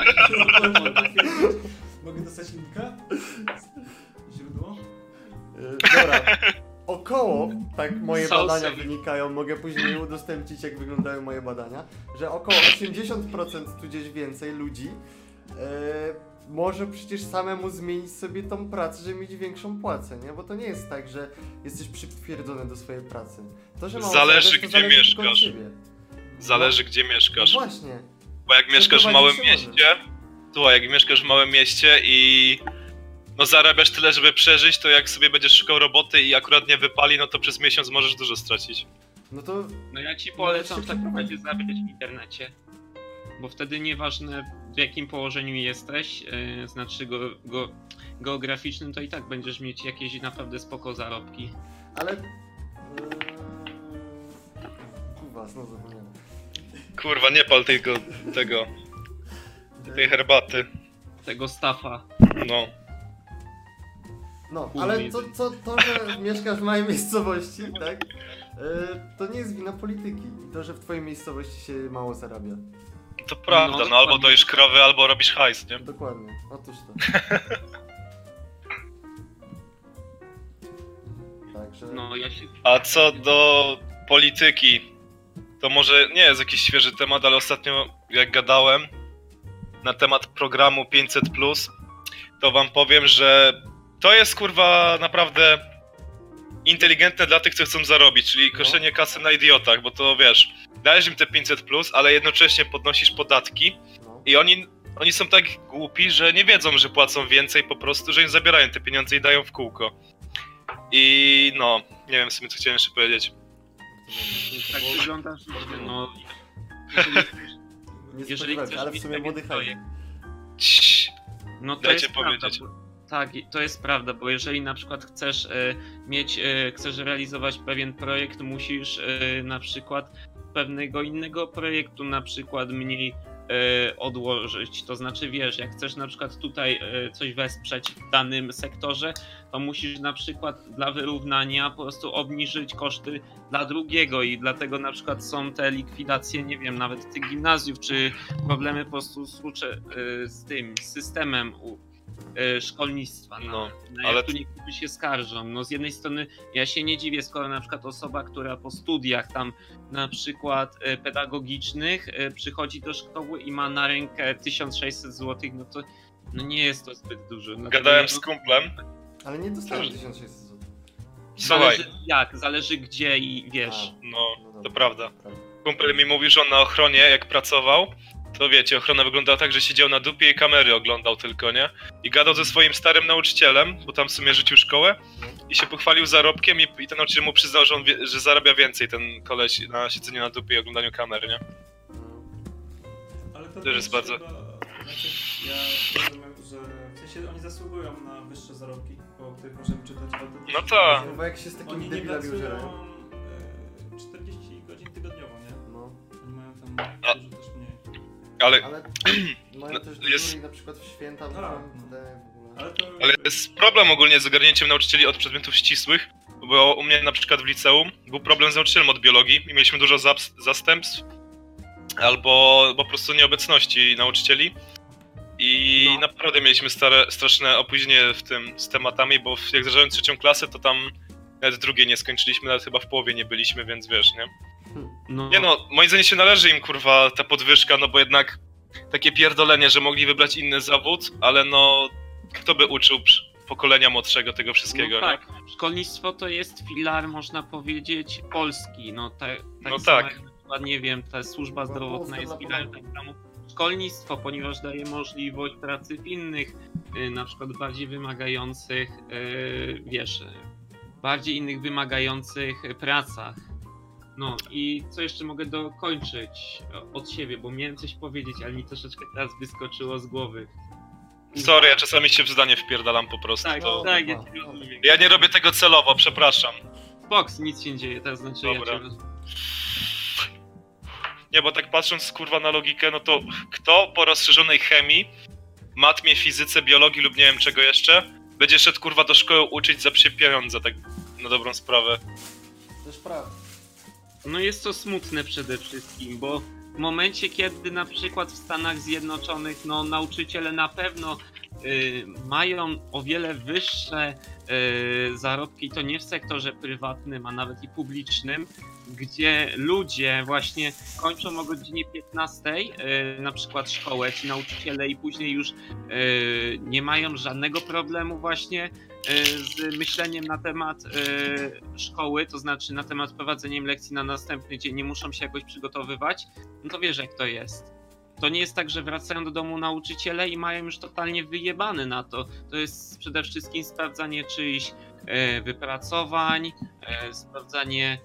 D: Mogę dostać linka? Źródło?
B: Dobra. Około, tak moje
A: Salsa.
B: badania wynikają, mogę później udostępnić jak wyglądają moje badania, że około 80% tudzież więcej ludzi może przecież samemu zmienić sobie tą pracę, żeby mieć większą płacę, nie? Bo to nie jest tak, że jesteś przytwierdzony do swojej pracy. To, że mało
C: Zależy,
B: zarabiasz, to
C: gdzie
B: zależy tylko od
C: mieszkasz.
B: ciebie.
C: Zależy gdzie
B: No
C: mieszkasz.
B: właśnie.
C: Bo jak mieszkasz w małym
B: Przeprowadzić się
C: mieście, słuchaj, jak mieszkasz w małym mieście i no zarabiasz tyle, żeby przeżyć, to jak sobie będziesz szukał roboty i akurat nie wypali, no to przez miesiąc możesz dużo stracić.
B: No to
A: No ja ci polecam w
B: się
A: takim razie zarabiać w internecie. Bo wtedy nieważne w jakim położeniu jesteś, znaczy geograficznym, to i tak będziesz mieć jakieś naprawdę spoko zarobki.
B: ale... Kurwa, znowu zapomniałem.
C: Kurwa, nie pal tej herbaty.
A: Tego stafa.
C: No.
B: No,
A: Chuj
B: ale
A: mnie.
B: to, że mieszkasz w małej miejscowości, tak? To nie jest wina polityki. To, że w twojej miejscowości się mało zarabia.
C: To prawda,
A: No,
C: no albo
A: dokładnie.
C: doisz krowy, albo robisz hajs, nie?
B: Dokładnie. Otóż to. Także...
A: No ja się...
C: A co do polityki, to może nie jest jakiś świeży temat, ale ostatnio jak gadałem na temat programu 500+, to wam powiem, że to jest kurwa naprawdę inteligentne dla tych, co chcą zarobić, czyli koszenie kasy na idiotach, bo to wiesz, dajesz im te 500+, ale jednocześnie podnosisz podatki
B: No.
C: i oni są tak głupi, że nie wiedzą, że płacą więcej po prostu, że im zabierają te pieniądze i dają w kółko. I no, nie wiem w sumie co chciałem jeszcze powiedzieć.
A: Tak wygląda życie, no.
B: Nie
A: Jeżeli
B: spodziewałem się,
A: chcesz
B: ale w
A: mieć
B: sumie
A: pewien
B: młody hajs.
A: projekt,
C: Cii.
A: no to
C: Dajcie
A: jest prawda,
C: powiedzieć.
A: tak, to jest prawda, bo jeżeli na przykład chcesz realizować pewien projekt, musisz na przykład pewnego innego projektu na przykład mniej odłożyć. To znaczy wiesz, jak chcesz na przykład tutaj coś wesprzeć w danym sektorze, to musisz na przykład dla wyrównania po prostu obniżyć koszty dla drugiego i dlatego na przykład są te likwidacje, nie wiem, nawet tych gimnazjów, czy problemy po prostu z tym systemem szkolnictwa.
C: No,
A: ale
C: ale-
A: tu niektórzy się skarżą. No z jednej strony ja się nie dziwię, skoro na przykład osoba, która po studiach tam na przykład pedagogicznych przychodzi do szkoły i ma na rękę 1600 zł, no to No nie jest to zbyt dużo.
C: Gadałem z kumplem.
B: Ale nie dostałem 1600 zł.
C: Słuchaj,
A: Zależy gdzie i wiesz.
C: no, to
B: dobra,
C: prawda.
B: prawda.
C: Kumpel mi mówił, że on na ochronie, jak pracował, to wiecie, ochrona wyglądała tak, że siedział na dupie i kamery oglądał tylko, nie? I gadał ze swoim starym nauczycielem, bo tam w sumie rzucił szkołę i się pochwalił zarobkiem i ten nauczyciel mu przyznał, że on że zarabia więcej, ten koleś, na siedzeniu na dupie i oglądaniu kamer, nie?
D: Ale to
C: też jest bardzo-
D: Znaczy, ja rozumiem, że w sensie oni zasługują na wyższe zarobki, bo o których możemy czytać. Ale to
C: No
D: też-
C: tak.
B: No bo jak się z takimi
D: Oni nie
B: debilami
D: pracują
B: użerają.
D: 40 godzin tygodniowo, nie?
B: No.
D: Oni mają tam dużo też mniej.
C: Ale
B: Ale mają
C: No,
B: też
C: jest-
B: dyżury i na przykład w święta
D: Tak.
B: muszą te w ogóle.
D: Ale to...
C: Ale jest problem ogólnie z ogarnięciem nauczycieli od przedmiotów ścisłych, bo u mnie na przykład w liceum był problem z nauczycielem od biologii i mieliśmy dużo zastępstw albo po prostu nieobecności nauczycieli i
A: No.
C: naprawdę mieliśmy straszne opóźnienie w tym z tematami, bo jak zacząłem 3. klasę, to tam nawet drugiej nie skończyliśmy, nawet chyba w połowie nie byliśmy, więc wiesz, nie?
A: No,
C: Nie no, moim zdaniem się należy im kurwa ta podwyżka, no bo jednak takie pierdolenie, że mogli wybrać inny zawód, ale no kto by uczył pokolenia młodszego tego wszystkiego,
A: no tak, szkolnictwo to jest filar, można powiedzieć, Polski. No, tak
C: No
A: samo
C: tak.
A: jak na przykład, nie wiem, ta służba
B: Chyba
A: zdrowotna
B: Polska
A: jest
B: dla
A: filarem, tak samo szkolnictwo, ponieważ daje możliwość pracy w innych, na przykład bardziej wymagających, wiesz, bardziej innych wymagających pracach. No i co jeszcze mogę dokończyć od siebie, bo miałem coś powiedzieć, ale mi troszeczkę teraz wyskoczyło z głowy.
C: nie? Sorry, ja czasami się w zdanie wpierdalam po prostu.
A: Tak,
C: to...
A: tak, ja
B: no,
A: cię
B: no.
A: rozumiem.
C: Ja nie robię tego celowo, przepraszam.
A: Fox, nic się nie dzieje, to znaczy
C: Dobra.
A: ja cię rozumiem.
C: Nie, bo tak patrząc kurwa na logikę, no to kto po rozszerzonej chemii, matmie, fizyce, biologii lub nie wiem czego jeszcze, będzie szedł kurwa do szkoły uczyć za psie pieniądze, tak na dobrą sprawę.
B: Też prawda.
A: No jest to smutne przede wszystkim, bo w momencie, kiedy na przykład w Stanach Zjednoczonych, no nauczyciele na pewno mają o wiele wyższe zarobki, to nie w sektorze prywatnym, a nawet i publicznym, gdzie ludzie właśnie kończą o godzinie 15 na przykład szkołę, ci nauczyciele i później już nie mają żadnego problemu właśnie z myśleniem na temat szkoły, to znaczy na temat prowadzeniem lekcji na następny dzień, nie muszą się jakoś przygotowywać, no to wiesz jak to jest. To nie jest tak, że wracają do domu nauczyciele i mają już totalnie wyjebane na to. To jest przede wszystkim sprawdzanie czyichś wypracowań, sprawdzanie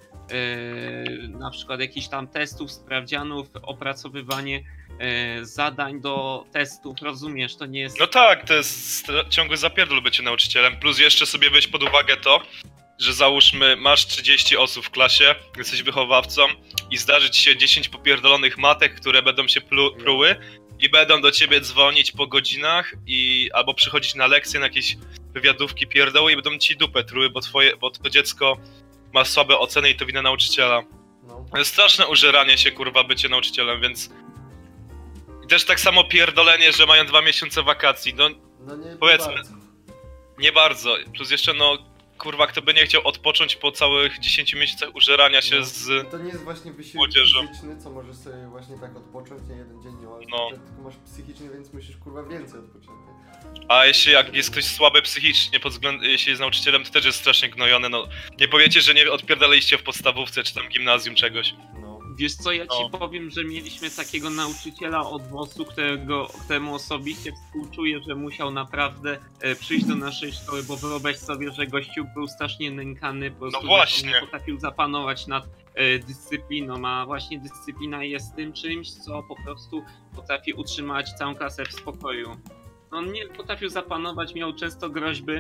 A: na przykład jakichś tam testów, sprawdzianów, opracowywanie zadań do testów, rozumiesz, to nie jest...
C: No tak, to jest ciągły zapierdol bycie nauczycielem, plus jeszcze sobie weź pod uwagę to, że załóżmy masz 30 osób w klasie, jesteś wychowawcą i zdarzy ci się 10 popierdolonych matek, które będą się pruły i będą do ciebie dzwonić po godzinach i albo przychodzić na lekcje, na jakieś wywiadówki pierdoły i będą ci dupę truły, bo to dziecko ma słabe oceny i to wina nauczyciela.
B: No.
C: To jest straszne użeranie się kurwa bycie nauczycielem, więc i też tak samo pierdolenie, że mają 2 miesiące wakacji, no
B: No nie
C: Powiedzmy.
B: bardzo.
C: nie bardzo, plus jeszcze no kurwa kto by nie chciał odpocząć po całych 10 miesiącach użerania się
B: No.
C: z...
B: To nie jest właśnie wysiłek
C: młodzieżą.
B: fizyczny, co możesz sobie właśnie tak odpocząć, nie jeden dzień, nie
C: No.
B: tylko masz psychiczny, więc musisz kurwa więcej odpocząć. nie?
C: A jeśli jak jest ktoś słaby psychicznie, jeśli jest nauczycielem, to też jest strasznie gnojony, no nie powiecie, że nie odpierdaliście w podstawówce czy tam gimnazjum czegoś.
B: No.
A: Wiesz co, ja ci
C: No.
A: powiem, że mieliśmy takiego nauczyciela od WOS-u, któremu osobiście współczuję, że musiał naprawdę przyjść do naszej szkoły, bo wyobraź sobie, że gościu był strasznie nękany, po prostu
C: No właśnie.
A: on nie potrafił zapanować nad dyscypliną, a właśnie dyscyplina jest tym czymś, co po prostu potrafi utrzymać całą klasę w spokoju. On nie potrafił zapanować, miał często groźby.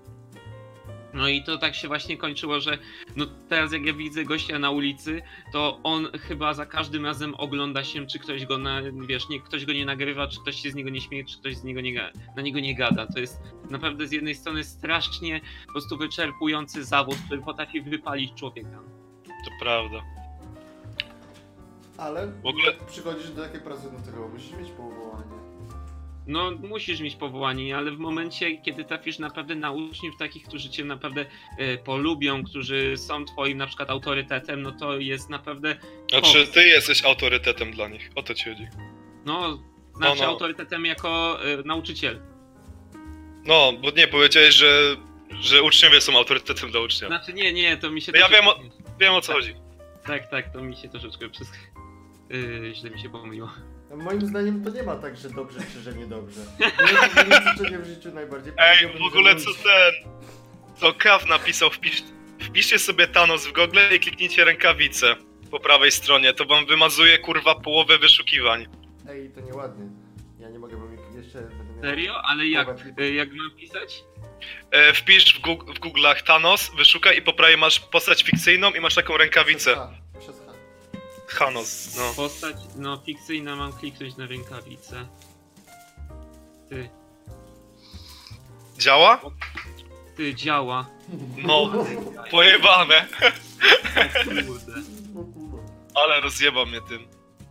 A: No i to tak się właśnie kończyło, że no teraz jak ja widzę gościa na ulicy, to on chyba za każdym razem ogląda się, czy ktoś go ktoś go nie nagrywa, czy ktoś się z niego nie śmieje, czy ktoś z niego na niego nie gada. To jest naprawdę z jednej strony strasznie po prostu wyczerpujący zawód, który potrafi wypalić człowieka.
C: To prawda.
B: Ale
C: W ogóle-
B: jak przychodzisz do takiej pracy, no tego musisz mieć powołanie.
A: No musisz mieć powołanie, ale w momencie, kiedy trafisz naprawdę na uczniów takich, którzy cię naprawdę polubią, którzy są twoim na przykład autorytetem, no to jest naprawdę...
C: Znaczy ty jesteś autorytetem dla nich, o to ci chodzi.
A: No, znaczy
C: No.
A: autorytetem jako nauczyciel.
C: No, bo nie, powiedziałeś, że uczniowie są autorytetem dla ucznia.
A: Znaczy nie, to mi się...
C: No ja
A: troszeczkę-
C: wiem o co chodzi.
A: Tak, to mi się troszeczkę źle mi się pomyliło.
B: Moim zdaniem to nie ma tak, że dobrze czy że niedobrze. Moje życzenie w życiu najbardziej
C: Ej,
B: powiedziałbym,
C: w ogóle
B: że
C: co ten... Co Kaw napisał, wpiszcie sobie Thanos w Google i kliknijcie rękawice po prawej stronie, to wam wymazuje kurwa połowę wyszukiwań.
B: Ej, to nieładnie. Ja nie mogę, bo mi jeszcze będę miał...
A: Serio? Ale jak mam pisać?
C: Wpisz w Google'ach Thanos, wyszukaj i po prawej masz postać fikcyjną i masz taką rękawicę.
B: Przez H.
C: Thanos, no.
A: Postać, no fikcyjna, mam kliknąć na rękawicę. Ty,
C: Działa?
A: działa.
C: No, pojebane.
A: Kurde.
B: O kurwa.
C: Ale rozjeba mnie tym.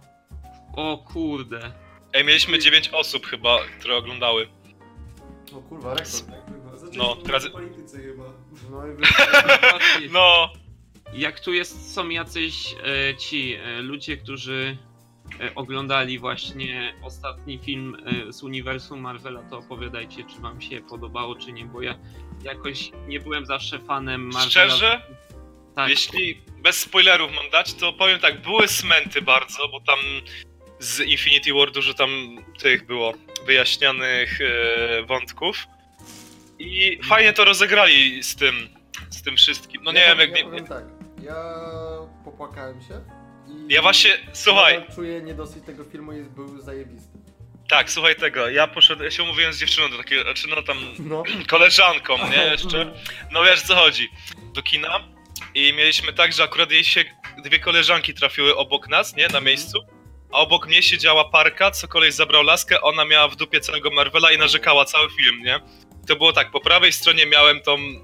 A: O kurde.
C: Ej, mieliśmy 9 osób chyba, które oglądały.
B: O kurwa, rekord.
D: Kurwa,
C: No,
D: zaczęliśmy
C: teraz-
D: o polityce chyba.
B: No i
A: Właśnie,
C: No,
A: jak tu są jacyś ludzie, którzy oglądali właśnie ostatni film z uniwersum Marvela, to opowiadajcie, czy wam się podobało, czy nie, bo ja jakoś nie byłem zawsze fanem Marvela.
C: szczerze,
A: Tak.
C: jeśli bez spoilerów mam dać, to powiem tak, były smęty bardzo, bo tam z Infinity War dużo tam tych było wyjaśnianych wątków. I fajnie to rozegrali z tym wszystkim. No nie wiem, jak
B: ja
C: nie...
B: powiem tak, ja popłakałem się i...
C: Ja właśnie, słuchaj,
B: nadal czuję niedosyt tego filmu i był zajebisty.
C: tak, słuchaj tego, ja się umówiłem z dziewczyną do takiego, znaczy no tam
B: No.
C: koleżanką, nie, jeszcze, no wiesz co chodzi, do kina i mieliśmy tak, że akurat jej się dwie koleżanki trafiły obok nas, nie, na miejscu, a obok mnie siedziała parka, co koleś zabrał laskę, ona miała w dupie całego Marvela i narzekała cały film, nie. I to było tak, po prawej stronie miałem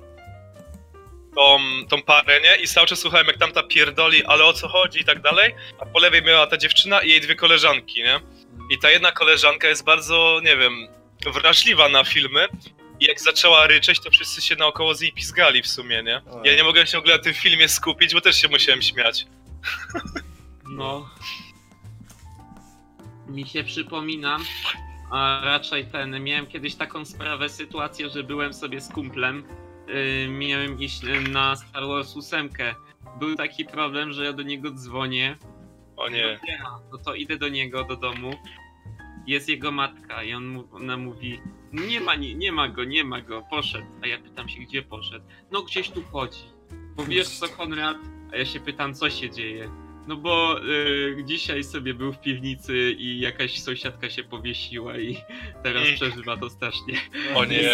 C: tą parę, nie? I cały czas słuchałem, jak tamta pierdoli, ale o co chodzi i tak dalej, a po lewej miała ta dziewczyna i jej dwie koleżanki, nie? I ta jedna koleżanka jest bardzo, nie wiem, wrażliwa na filmy i jak zaczęła ryczeć, to wszyscy się naokoło z niej pizgali w sumie, nie? Ja nie mogłem się w ogóle na tym filmie skupić, bo też się musiałem śmiać.
A: No. Mi się przypominam, a raczej miałem kiedyś taką sytuację, że byłem sobie z kumplem, miałem iść na Star Wars 8. Był taki problem, że ja do niego dzwonię.
C: O nie.
A: No to idę do niego, do domu. Jest jego matka i ona mówi, nie ma go, poszedł. A ja pytam się, gdzie poszedł? No gdzieś tu chodzi. Bo wiesz co, Konrad? A ja się pytam, co się dzieje? No bo dzisiaj sobie był w piwnicy i jakaś sąsiadka się powiesiła i teraz przeżywa to strasznie.
C: O nie.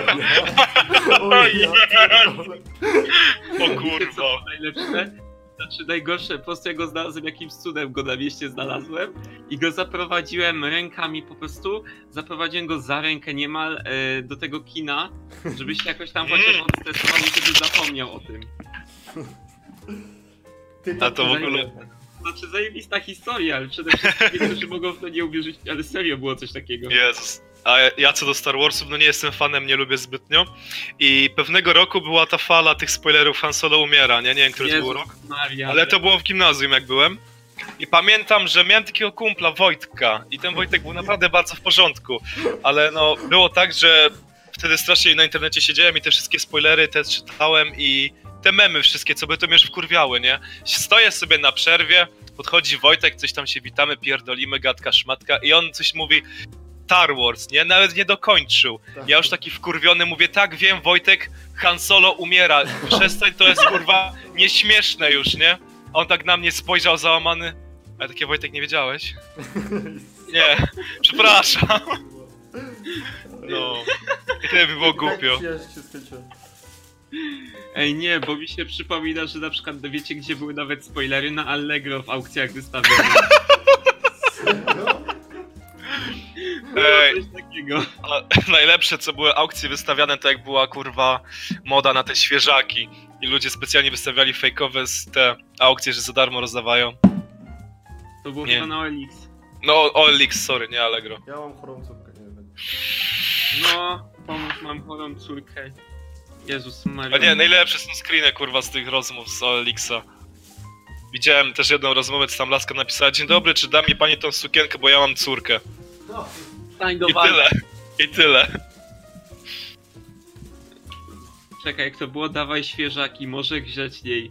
B: O ja pierdolę.
C: O kurwa.
A: Co najlepsze? Znaczy najgorsze, po prostu ja go znalazłem, jakimś cudem go na mieście znalazłem i go zaprowadziłem rękami po prostu, zaprowadziłem go za rękę niemal do tego kina, żeby się jakoś tam chociaż odtestował i żeby zapomniał o tym.
C: A to w ogóle...
A: Znaczy zajebista historia, ale przede wszystkim niektórzy mogą w to nie uwierzyć, ale serio było coś takiego.
C: Jezus. A ja co do Star Warsów, no nie jestem fanem, nie lubię zbytnio. I pewnego roku była ta fala tych spoilerów, Han Solo umiera, nie wiem, który to był rok.
A: Maria,
C: Ale to było w gimnazjum, jak byłem. I pamiętam, że miałem takiego kumpla, Wojtka. I ten Wojtek był naprawdę bardzo w porządku. Ale no, było tak, że wtedy strasznie na internecie siedziałem i te wszystkie spoilery też czytałem i te memy wszystkie, co by to mnie już wkurwiały, nie? Stoję sobie na przerwie, podchodzi Wojtek, coś tam się witamy, pierdolimy, gadka, szmatka i on coś mówi Star Wars, nie? Nawet nie dokończył. Ja już taki wkurwiony mówię, tak wiem, Wojtek, Han Solo umiera, przestań, to jest kurwa nieśmieszne już, nie? A on tak na mnie spojrzał załamany. Ale takie, Wojtek, nie wiedziałeś? Nie, przepraszam. No, i tyle by było głupio.
A: Ej nie, bo mi się przypomina, że na przykład wiecie gdzie były nawet spoilery na Allegro w aukcjach wystawione.
C: Ej,
A: Coś takiego.
C: a najlepsze co były aukcje wystawiane, to jak była kurwa moda na te świeżaki. I ludzie specjalnie wystawiali fejkowe z te aukcje, że za darmo rozdawają.
A: To było
C: Nie.
A: chyba na OLX.
C: No, OLX, sorry, nie Allegro.
B: Ja mam chorą córkę, nie wiem.
A: No, pomóż, mam chorą córkę. Jezus Maria.
C: A nie, najlepsze są screeny kurwa z tych rozmów z OLX-a. Widziałem też jedną rozmowę, co tam laska napisała: dzień dobry, czy da mi pani tą sukienkę, bo ja mam córkę.
A: Stań do
C: I
A: walki.
C: tyle. I tyle.
A: Czekaj, jak to było? Dawaj świeżaki, może grzeczniej.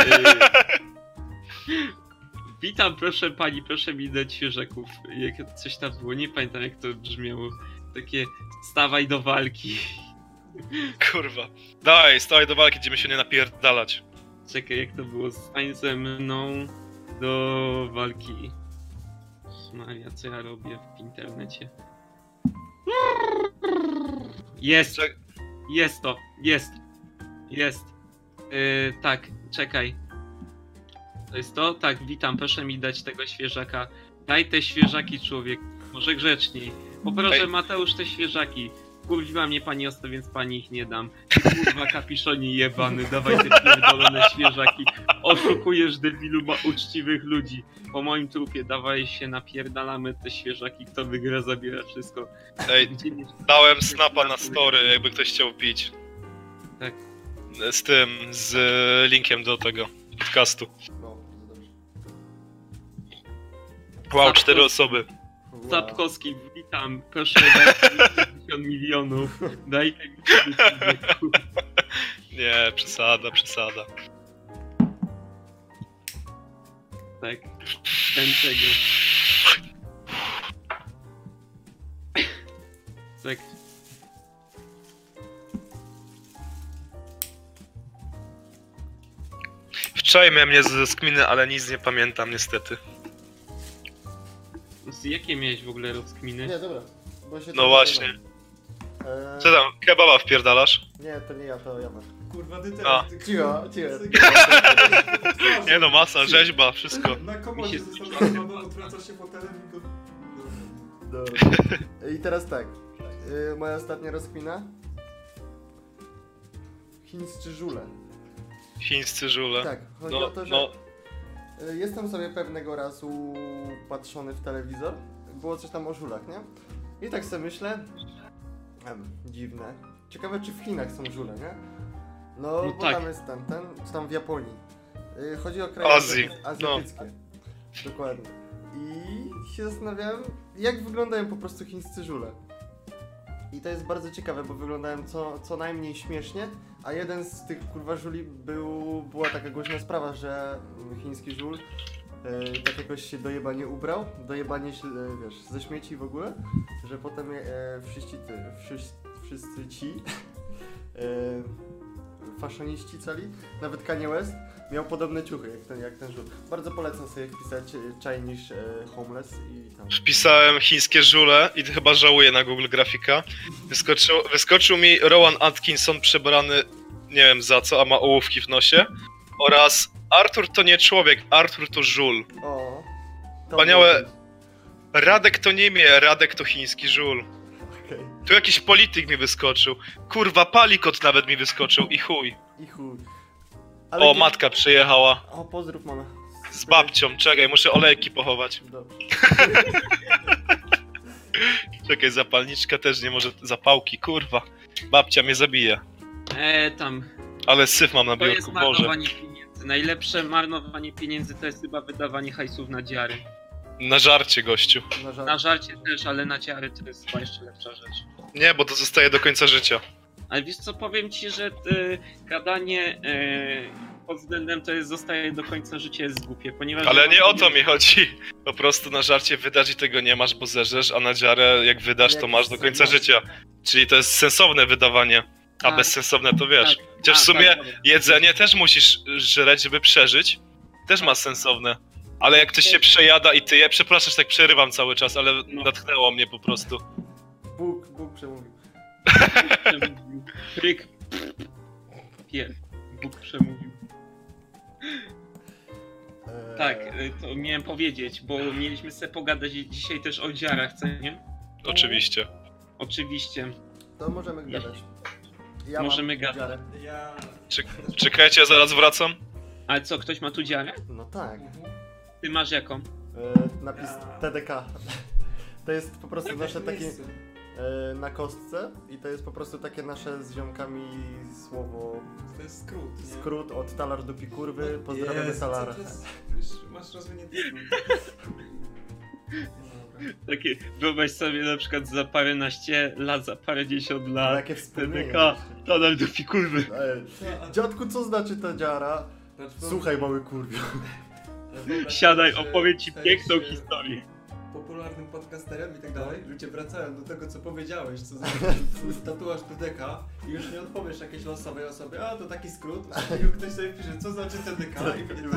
A: Witam, proszę pani, proszę mi dać świeżaków. Jak coś tam było, nie pamiętam jak to brzmiało. Takie stawaj do walki.
C: Kurwa. Daj, stawaj do walki, będziemy się nie napierdalać.
A: Czekaj, jak to było? Stań ze mną do walki. Maria, co ja robię w internecie? Jest!
C: Czek-
A: Jest to! Jest! Jest! Tak, czekaj. To jest to? Tak, witam, proszę mi dać tego świeżaka. Daj te świeżaki, człowiek. Może grzeczniej. Poproszę,
C: Ej.
A: Mateusz, te świeżaki. Kurwiła mnie pani Osta, więc pani ich nie dam. Kurwa, kapiszonie jebany, dawaj te pierdolone świeżaki. Oszukujesz, debilu, uczciwych ludzi. Po moim trupie dawaj się napierdalamy te świeżaki. Kto wygra, zabiera wszystko.
C: Ej,
A: Gdzie nie...
C: dałem snapa na story, jakby ktoś chciał pić.
A: Tak.
C: Z tym, z linkiem do tego podcastu.
B: No, bardzo dobrze.
C: Wow, 4 osoby.
B: Wow.
A: Sapkowski, witam, proszę dać mi 50 milionów. Daj mi człowieku.
C: Nie, przesada, przesada.
A: Tak, ten tego. Tak.
C: Wczoraj miałem nie ze skminy, ale nic nie pamiętam niestety.
A: Jakie miałeś w ogóle rozkminy?
B: Nie, dobra. Bo się
C: No
B: tak
C: właśnie.
B: zajmę.
C: Co tam, kebaba wpierdalasz?
B: Nie, to nie ja, to Janek.
D: Kurwa, ty
C: A.
D: teraz... ty-
B: Cicho, cicho.
C: Nie no, masa, rzeźba, wszystko.
D: Na komodzie
A: Mi się
D: został
A: zbliża.
D: zasłony, odwracasz się fotelem i go...
B: Dobra. I teraz tak. Moja ostatnia rozkmina. Chińscy żule.
C: Chińscy żule.
B: Tak, chodzi
C: No,
B: o to, że
C: no,
B: jestem sobie pewnego razu patrzony w telewizor. Było coś tam o żulach, nie? I tak sobie myślę. Dziwne. Ciekawe, czy w Chinach są żule, nie? No,
A: No
B: bo
A: tak.
B: tam jest czy tam w Japonii. Chodzi o kraje
C: Azji,
B: azjatyckie. Dokładnie. I się zastanawiałem, jak wyglądają po prostu chińscy żule. I to jest bardzo ciekawe, bo wyglądają co najmniej śmiesznie, a jeden z tych kurwa żuli była taka głośna sprawa, że chiński żul tak jakoś się dojebanie ubrał, dojebanie się, wiesz, ze śmieci w ogóle, że potem wszyscy ci faszoniści cali, nawet Kanye West miał podobne ciuchy jak ten żul. Bardzo polecam sobie wpisać Chinese homeless i tam.
C: wpisałem chińskie żule i chyba żałuję na Google Grafika. Wyskoczył mi Rowan Atkinson przebrany, nie wiem za co, a ma ołówki w nosie. Oraz Arthur to nie człowiek, Arthur to żul.
B: O, to
C: Wspaniałe.
B: było
C: Radek to nie imię, Radek to chiński żul.
B: okej.
C: Tu jakiś polityk mi wyskoczył. Kurwa, palikot nawet mi wyskoczył i chuj.
B: I chuj.
C: O, matka przyjechała.
B: O, pozdrów mama.
C: Z babcią, czekaj, muszę olejki pochować.
B: Dobrze.
C: Czekaj, zapalniczka też nie może, zapałki, kurwa. Babcia mnie zabije.
A: Tam.
C: Ale syf mam na
A: To jest
C: biurku, Boże.
A: marnowanie pieniędzy. Najlepsze marnowanie pieniędzy to jest chyba wydawanie hajsów na dziary.
C: Na żarcie, gościu.
B: Na żart.
A: Na żarcie też, ale na dziary to jest chyba jeszcze lepsza rzecz.
C: Nie, bo to zostaje do końca życia.
A: Ale wiesz co, powiem ci, że gadanie pod względem to jest zostaje do końca życia jest głupie, ponieważ...
C: Ale nie o to mi chodzi. Po prostu na żarcie wydać i tego nie masz, bo zerzesz, a na dziarę jak wydasz, to masz do końca życia. Czyli to jest sensowne wydawanie, a
A: Tak.
C: bezsensowne to wiesz.
A: Tak.
C: Chociaż w
A: A,
C: sumie
A: tak, dobra.
C: jedzenie też musisz żreć, żeby przeżyć. Też ma sensowne. Ale jak ktoś się przejada i tyje, przepraszam, że tak przerywam cały czas, ale
A: No.
C: natchnęło mnie po prostu.
B: Bóg przemówił.
A: Przemówił. Kryk. Pier. Bóg przemówił. Tak, to miałem powiedzieć, bo mieliśmy sobie pogadać dzisiaj też o dziarach, co nie?
C: Oczywiście.
A: Oczywiście.
B: To możemy gadać. Ja
A: Możemy
B: mam
A: gadać.
B: dziarę.
D: Ja...
C: Czekajcie, ja zaraz wracam.
A: Ale co, ktoś ma tu dziarę?
B: No tak.
A: Ty masz jaką?
B: Napis TDK. To jest po prostu nasze takie na kostce i to jest po prostu takie nasze z ziomkami słowo
D: To jest skrót, nie?
B: skrót od talar do pikurwy. Pozdrawiamy
D: Jezu,
B: talara.
D: co to jest? Już masz rozwinięty skrót.
A: Takie, wyobraź sobie na przykład za paręnaście lat, za parędziesiąt lat.
B: Jakie wspomnienie.
A: TDK, nadal do fikurwy.
B: Dziadku, co znaczy ta dziara? Słuchaj, mały kurwiu.
A: Siadaj, opowiem ci piękną historię.
D: Popularnym podcasterem i tak dalej, ludzie wracają do tego, co powiedziałeś, co za tatuaż TDK i już nie odpowiesz jakiejś losowej osobie, a to taki skrót, i ktoś sobie pisze, co znaczy TDK i będzie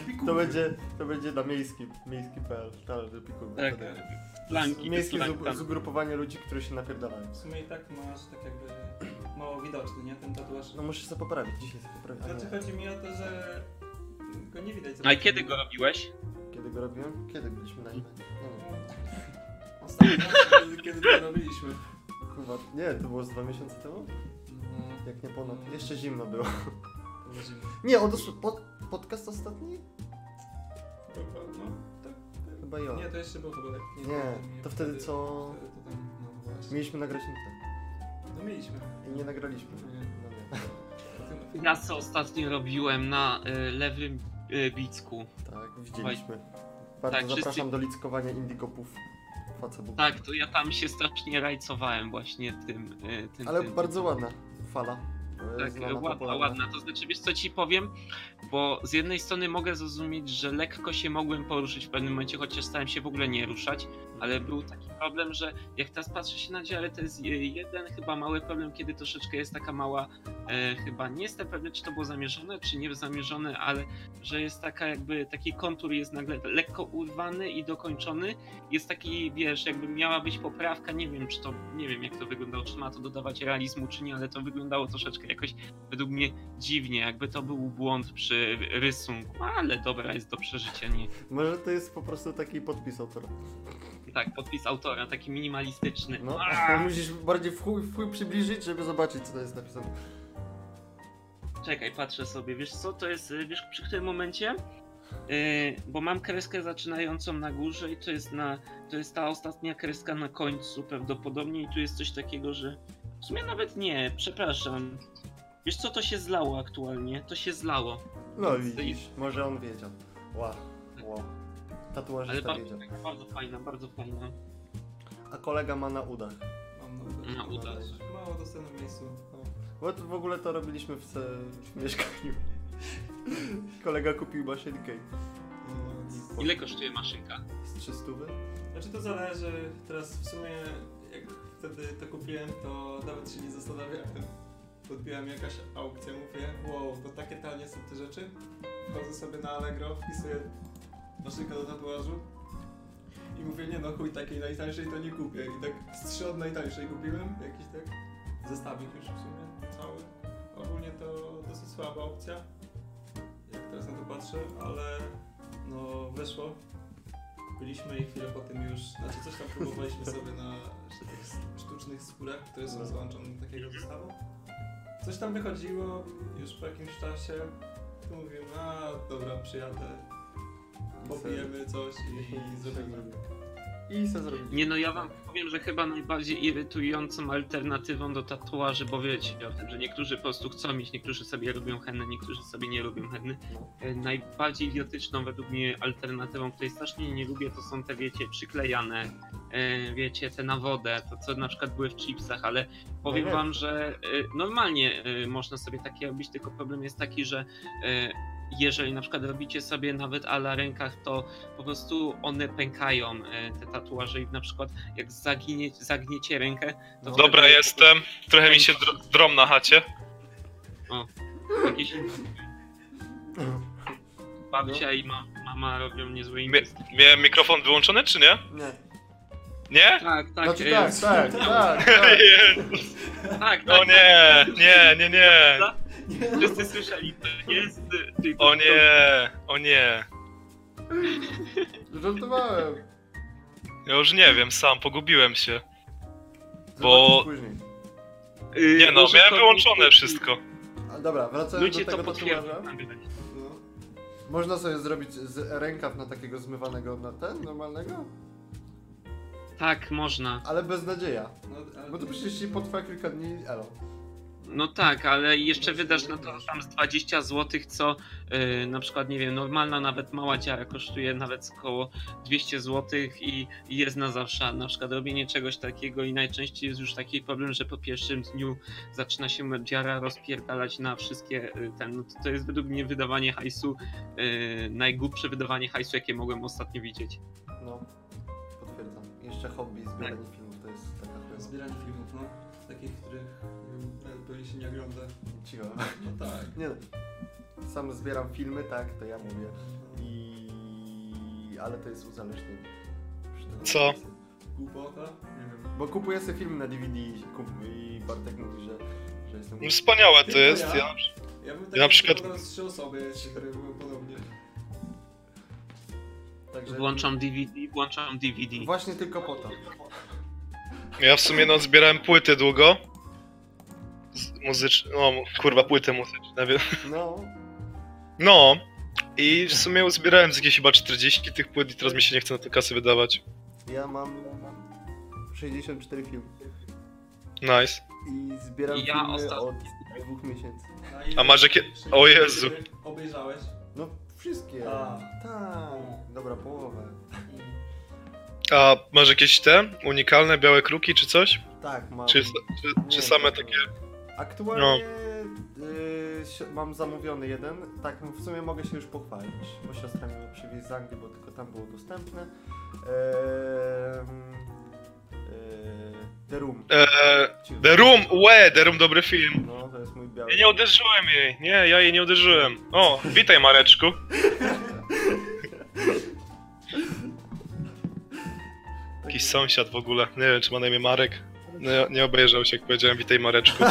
B: To będzie na miejski.pl, do pikurwy.
A: Tak. Flanki,
B: Miejskie
A: flanki.
B: zgrupowanie ludzi, które się napierdalają.
D: W sumie i tak masz tak jakby mało widoczny, nie, ten tatuaż.
B: No musisz sobie poprawić, dzisiaj sobie poprawić.
D: Znaczy chodzi mi o to, że go nie widać.
A: A kiedy go robiłeś?
B: Kiedy go robiłem? Kiedy byliśmy na nim?
D: Ostatnio, kiedy to robiliśmy.
B: Kurwa, nie, to było z 2 miesiące temu? Jak nie ponad. Jeszcze zimno było. Nie, podcast ostatni?
D: No, tak.
B: Chyba ja.
D: Nie, to jeszcze było chyba.
B: Nie, to wtedy co...
D: Wtedy to tam, no właśnie.
B: Mieliśmy nagrać tak.
D: No mieliśmy.
B: I nie nagraliśmy.
D: Nie.
B: No nie.
A: Ja co ostatnio robiłem na lewym bicku.
B: Tak, widzieliśmy. Bardzo
A: Tak,
B: zapraszam
A: wszyscy-
B: do lickowania indykopów Facebooku.
A: Tak, to ja tam się strasznie rajcowałem właśnie tym.
B: Ale
A: tym.
B: bardzo ładna fala.
A: Tak,
B: Znana,
A: ładna,
B: popularna.
A: ładna. To znaczy, wiesz co ci powiem? Bo z jednej strony mogę zrozumieć, że lekko się mogłem poruszyć w pewnym momencie, chociaż starałem się w ogóle nie ruszać, ale był taki problem, że jak teraz patrzę się na dziarę, to jest jeden chyba mały problem, kiedy troszeczkę jest taka mała, chyba nie jestem pewny, czy to było zamierzone, czy nie zamierzone, ale że jest taka jakby, taki kontur jest nagle lekko urwany i dokończony. Jest taki, wiesz, jakby miała być poprawka, nie wiem, czy to, nie wiem jak to wyglądało, czy ma to dodawać realizmu, czy nie, ale to wyglądało troszeczkę jakoś według mnie dziwnie, jakby to był błąd przy rysunku, ale dobra, jest do przeżycia, nie?
B: Może to jest po prostu taki podpis autora.
A: Tak, podpis autora, taki minimalistyczny.
B: No, to musisz bardziej w chuj przybliżyć, żeby zobaczyć, co to jest napisane.
A: Czekaj, patrzę sobie, wiesz co, to jest, wiesz przy którym momencie? Bo mam kreskę zaczynającą na górze i to jest ta ostatnia kreska na końcu prawdopodobnie i tu jest coś takiego, że w sumie nawet nie, przepraszam. Wiesz co, to się zlało aktualnie, to się zlało.
B: No widzisz, może on wiedział. Wow.
A: Ale
B: Tatuażysta
A: bardzo,
B: wiedział.
A: bardzo fajna, bardzo fajna.
B: A kolega ma na udach.
D: Mam
A: Na udach.
D: Mało dostępne miejscu.
B: Bo w ogóle to robiliśmy w mieszkaniu. Kolega kupił maszynkę.
A: Ile kosztuje maszynka?
B: Z 300?
D: Znaczy to zależy, teraz w sumie jak wtedy to kupiłem, to nawet się nie zastanawiałem. Podbiła mi jakaś aukcja, mówię, wow, to takie tanie są te rzeczy. Wchodzę sobie na Allegro, wpisuję maszynkę do tatuażu i mówię, nie no chuj, takiej najtańszej to nie kupię. I tak z 3 od najtańszej kupiłem, jakiś tak zestawik już w sumie cały. Ogólnie to dosyć słaba opcja, jak teraz na to patrzę, ale no wyszło. Byliśmy i chwilę po tym już, znaczy coś tam próbowaliśmy sobie na tych sztucznych skórach, które są załączone do takiego zestawu. Coś tam wychodziło już po jakimś czasie, to mówiłem, a dobra, przyjadę, popijemy coś i zrobimy.
B: I se zrobić.
A: Nie no, ja wam powiem, że chyba najbardziej irytującą alternatywą do tatuaży, bo wiecie o tym, że niektórzy po prostu chcą mieć, niektórzy sobie robią henny, niektórzy sobie nie robią henny. Najbardziej idiotyczną według mnie alternatywą, której strasznie nie lubię, to są te, wiecie, przyklejane, wiecie, te na wodę, to co na przykład były w chipsach, ale powiem wam, że normalnie można sobie takie robić, tylko problem jest taki, że jeżeli na przykład robicie sobie nawet a la rękach, to po prostu one pękają, te tatuaże i na przykład jak zagniecie rękę, to
C: Dobra,
A: wtedy
C: jestem. Trochę mi się drom na chacie.
A: jakieś babcia i mama robią niezłe inwestycje.
C: Miałem mikrofon wyłączony, czy nie?
B: Nie.
C: Nie?
A: Tak,
B: Znaczy tak.
A: tak.
C: O nie.
A: Wszyscy słyszeli, to jest...
C: O nie.
B: Żartowałem.
C: Ja już nie wiem, sam pogubiłem się.
B: Zobaczysz później.
C: Nie no, miałem wyłączone wszystko.
B: A dobra, wracając
A: Ludzie
B: do
A: to
B: tego tatuaża.
A: potwierdzą.
B: No. Można sobie zrobić rękaw na takiego zmywanego na ten, normalnego?
A: Tak, można.
B: Ale bez nadzieja.
D: No, ale
B: Bo to przecież ci potrwa kilka dni, elo.
A: No tak, ale jeszcze wydasz na to tam z 20 zł, co na przykład, nie wiem, normalna, nawet mała dziara kosztuje nawet około 200 zł i jest na zawsze. A na przykład robienie czegoś takiego i najczęściej jest już taki problem, że po pierwszym dniu zaczyna się dziara rozpierdalać na wszystkie no to jest według mnie wydawanie hajsu, najgłupsze wydawanie hajsu, jakie mogłem ostatnio widzieć.
B: No, potwierdzam. Jeszcze hobby, zbieranie filmów, to jest taka chyba.
D: Zbieranie filmów, no. Takich, których nawet pewnie się nie ogląda.
B: Cicho.
D: No tak.
B: Nie no. Sam zbieram filmy, tak, to ja mówię. Ale to jest uzależnienie.
C: Co?
D: Głupota? Nie wiem.
B: Bo kupuję sobie film na DVD i Bartek mówi, że jestem...
C: No wspaniałe to
D: Tylko
C: jest,
D: ja?
C: ja...
D: Ja bym
C: Ja na przykład-
D: wybrał z 3 osoby, które były podobnie.
B: Także
A: Włączam DVD.
B: Właśnie tylko po to.
C: Ja w sumie no zbierałem płyty długo. Muzyczne, no kurwa płyty muzyczne, wiem.
B: No,
C: No. I w sumie uzbierałem z jakieś chyba 40 tych płyt i teraz mi się nie chce na to kasy wydawać.
B: ja mam 64 filmy.
C: Nice.
B: I zbieram
A: Ja
B: filmy
A: ostatnio-
B: od 2 miesięcy.
C: A masz jakie... O Jezu.
D: Obejrzałeś?
B: No, wszystkie.
D: A.
B: Tak, dobra, połowę.
C: A masz jakieś te unikalne białe kruki czy coś?
B: Tak, mam.
C: Czy
B: Nie,
C: same
B: to-
C: takie...
B: Aktualnie mam zamówiony jeden. Tak, w sumie mogę się już pochwalić, bo siostra mi przywieźć z Anglii, bo tylko tam było dostępne. The Room.
C: The Room, dobry film.
B: No, to jest mój biały.
C: Ja nie uderzyłem jej, nie, ja jej nie uderzyłem. O, witaj Mareczku. Jakiś sąsiad w ogóle, nie wiem czy ma na imię Marek. Nie obejrzał się jak powiedziałem witaj Mareczku.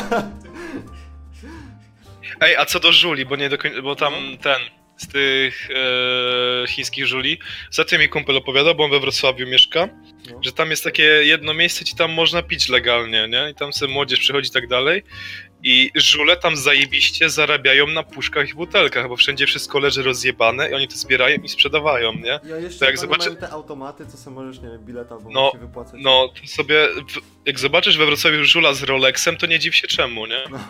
C: Ej, a co do żuli, bo nie do końca, bo tam z tych chińskich żuli, ostatnio mi kumpel opowiadał, bo on we Wrocławiu mieszka,
B: No.
C: że tam jest takie jedno miejsce, gdzie tam można pić legalnie, nie? I tam sobie młodzież przychodzi i tak dalej. I żule tam zajebiście zarabiają na puszkach i butelkach, bo wszędzie wszystko leży rozjebane i oni to zbierają i sprzedawają, nie?
B: Ja jeszcze
C: To jak
B: jak
C: zobaczę-
B: mają te automaty, co sobie możesz, nie wiem, bilet albo
C: No,
B: się wypłacać.
C: No, to sobie, jak zobaczysz we Wrocławiu żula z Rolexem, to nie dziw się czemu, nie?
B: No.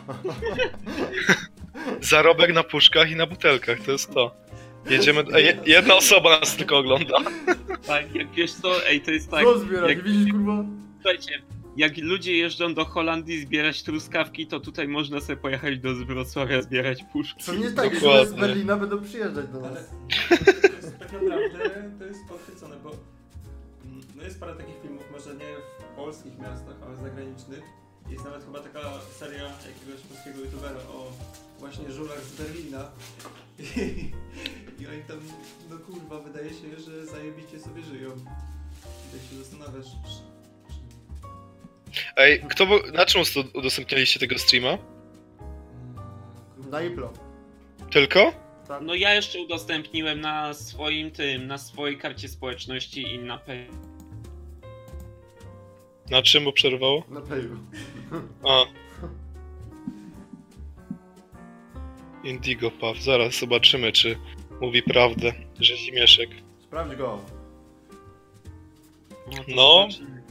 C: Zarobek na puszkach i na butelkach, to jest to. Jedziemy, jedna osoba nas tylko ogląda.
A: Tak, jak wiesz co, to jest tak,
B: Co zbiera,
A: jak,
B: nie widzisz, kurwa?
A: słuchajcie, jak ludzie jeżdżą do Holandii zbierać truskawki, to tutaj można sobie pojechać do Wrocławia zbierać puszki.
B: To nie tak, że
C: Dokładnie.
B: z Berlina będą przyjeżdżać do
D: Ale
B: nas.
D: to jest, tak naprawdę to jest podchwycone, bo no jest parę takich filmów, może nie w polskich miastach, ale zagranicznych. Jest nawet chyba taka seria jakiegoś polskiego youtubera o właśnie żulach z Berlina. I oni tam, no kurwa, wydaje się, że zajebiście sobie żyją. I tak się zastanawiasz,
C: Ej, na czym udostępnialiście tego streama?
B: Na Iplo.
C: Tylko?
B: Tak?
A: No ja jeszcze udostępniłem na na swojej karcie społeczności i na Pay.
C: Na czym mu przerwało?
B: Na Payu.
C: A. Indigo Puff, zaraz zobaczymy, czy mówi prawdę, że Zimieszek.
B: Sprawdź go.
A: to
C: No.
A: zobaczymy.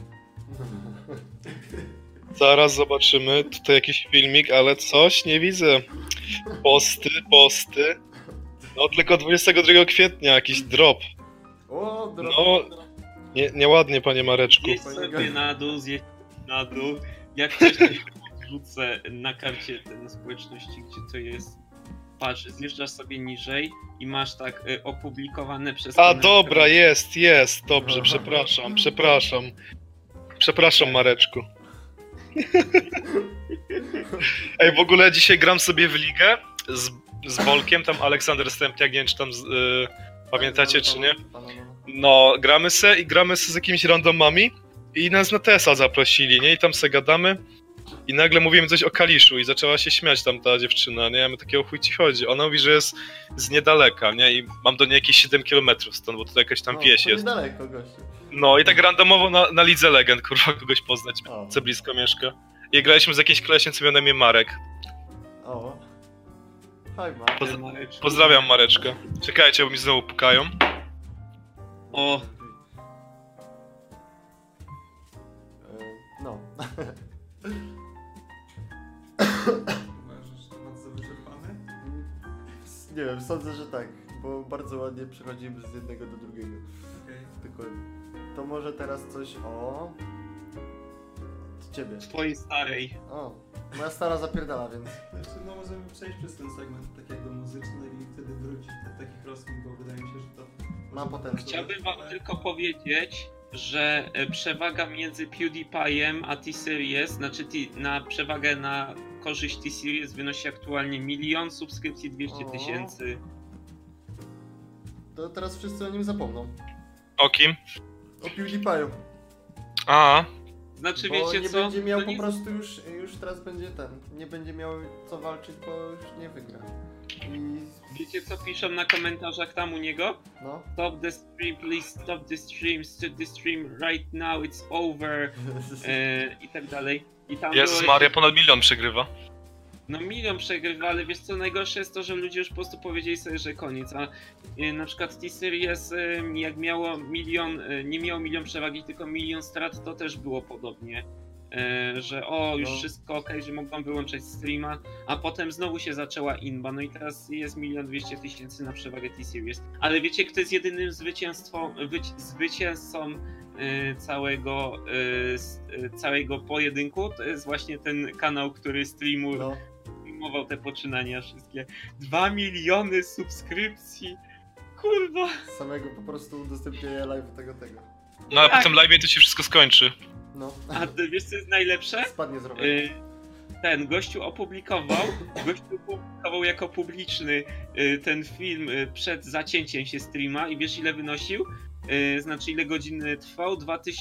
C: Zaraz zobaczymy, tutaj jakiś filmik, ale coś nie widzę. Posty. No tylko 22 kwietnia jakiś drop.
B: O, drop.
C: No, nieładnie panie Mareczku.
A: Zjedź sobie na dół, zjedź na dół. Jak coś to wrzucę na karcie na społeczności, gdzie to jest. Patrz, zjeżdżasz sobie niżej i masz tak opublikowane przez...
C: A
A: komentarz.
C: dobra, jest, dobrze, przepraszam Mareczku. Ej, w ogóle dzisiaj gram sobie w ligę z Bolkiem, tam Aleksander Stępniak, nie wiem czy tam pamiętacie czy nie? No, gramy se z jakimiś randomami i nas na TESA zaprosili, nie? I tam se gadamy i nagle mówimy coś o Kaliszu i zaczęła się śmiać tam ta dziewczyna, nie? A my takie o chuj ci chodzi. Ona mówi, że jest z niedaleka, nie? I mam do niej jakieś 7 km stąd, bo to jakaś tam wieś
B: to
C: jest.
B: niedaleko, gościu.
C: No i tak randomowo na Lidze Legend, kurwa, kogoś poznać,
B: O.
C: co blisko mieszka. I graliśmy z jakimś kolesiem, co miał na imię Marek.
B: O. Hi, ma.
C: Pozdrawiam Mareczkę. Czekajcie, bo mi znowu pukają.
A: O,
B: No.
D: Uważasz temat za wyczerpany?
B: Nie wiem, sądzę, że tak, bo bardzo ładnie przechodzimy z jednego do drugiego.
D: Okej.
B: Dokładnie. To może teraz coś o... z ciebie.
A: Twojej starej.
B: O, moja stara zapierdala, więc...
D: Znaczy, no możemy przejść przez ten segment tak jakby muzyczny i wtedy wrócić do takich rozkmin, bo wydaje mi się, że to...
B: Ma potencjał.
A: Chciałbym wam tylko powiedzieć, że przewaga między PewDiePie'em a T-Series, znaczy na przewagę na korzyść T-Series wynosi aktualnie 1 000 000 subskrypcji, 200 000.
B: To teraz wszyscy o nim zapomną.
C: O kim?
B: O PewDiePie'u.
C: A,
A: Znaczy
B: Bo
A: wiecie
B: nie
A: co?
B: będzie miał
A: To
B: po
A: nie-
B: prostu już teraz będzie ten. Nie będzie miał co walczyć, bo już nie wygra. I...
A: Wiecie co piszą na komentarzach tam u niego?
B: no.
A: Stop the stream, please stop the stream right now, it's over i tak dalej. I tam
C: Jezus
A: było
C: Maria,
A: jakieś-
C: ponad 1 000 000 przegrywa.
A: No 1 000 000 przegrywa, ale wiesz co, najgorsze jest to, że ludzie już po prostu powiedzieli sobie, że koniec, a na przykład T-Series jak miało nie miało 1 000 000 przewagi, tylko 1 000 000 strat, to też było podobnie. Że już
B: No.
A: wszystko ok, że mogą wyłączać streama, a potem znowu się zaczęła inba, no i teraz jest 1 200 000 na przewagę T-Series. Ale wiecie, kto jest jedynym zwycięzcą całego pojedynku? To jest właśnie ten kanał, który
B: No.
A: streamował te poczynania wszystkie. 2 miliony subskrypcji! Kurwa!
B: Samego po prostu udostępnienia live tego.
C: No a
A: Tak.
C: potem live to się wszystko skończy.
B: No.
A: A wiesz co jest najlepsze?
B: Spadnie z roweru.
A: Ten gościu opublikował jako publiczny ten film przed zacięciem się streama i wiesz ile wynosił? Znaczy ile godzin trwał?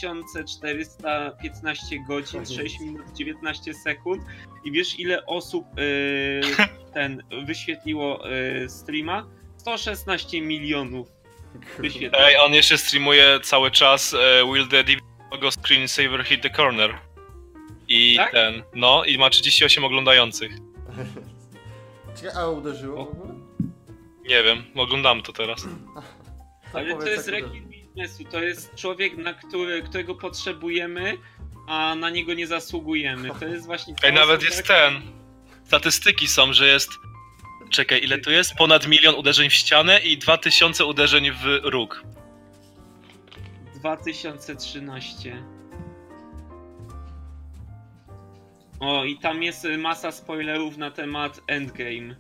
A: 2415 godzin, 6 minut 19 sekund i wiesz ile osób wyświetliło streama? 116 milionów wyświetleń.
C: Ej, on jeszcze streamuje cały czas Will the Logo Screensaver Hit the Corner. I
A: Tak?
C: i ma 38 oglądających.
B: Czekaj, a uderzyło w ogóle?
C: Nie wiem, oglądam to teraz.
A: Ale to
B: powiedz,
A: jest
B: jak
A: rekin biznesu, to jest człowiek, którego potrzebujemy, a na niego nie zasługujemy. To jest właśnie...
C: Ej,
A: ta
C: nawet
A: osoba,
C: jest statystyki są, że jest... Czekaj, ile tu jest? Ponad 1 000 000 uderzeń w ścianę i 2000 uderzeń w róg.
A: 2013. O, i tam jest masa spoilerów na temat Endgame.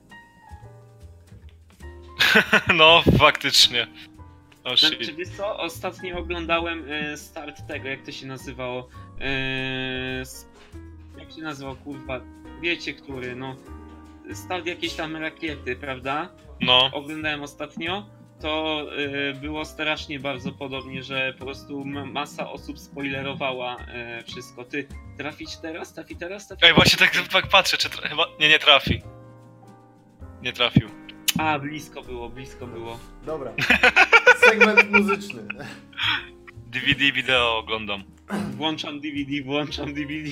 C: No, faktycznie. O
A: Znaczy,
C: shit.
A: wiesz co? Ostatnio oglądałem start tego, jak to się nazywało. Jak się nazywał, kurwa? Wiecie, który, no. Start jakiejś tam rakiety, prawda?
C: No.
A: Oglądałem ostatnio, to było strasznie bardzo podobnie, że po prostu masa osób spoilerowała wszystko. Ty, trafić teraz? Trafi teraz? Trafi
C: Ej, właśnie tak patrzę, czy chyba... Nie trafi. Nie trafił.
A: A, blisko było.
B: Dobra. Segment muzyczny.
C: DVD wideo oglądam.
A: Włączam DVD.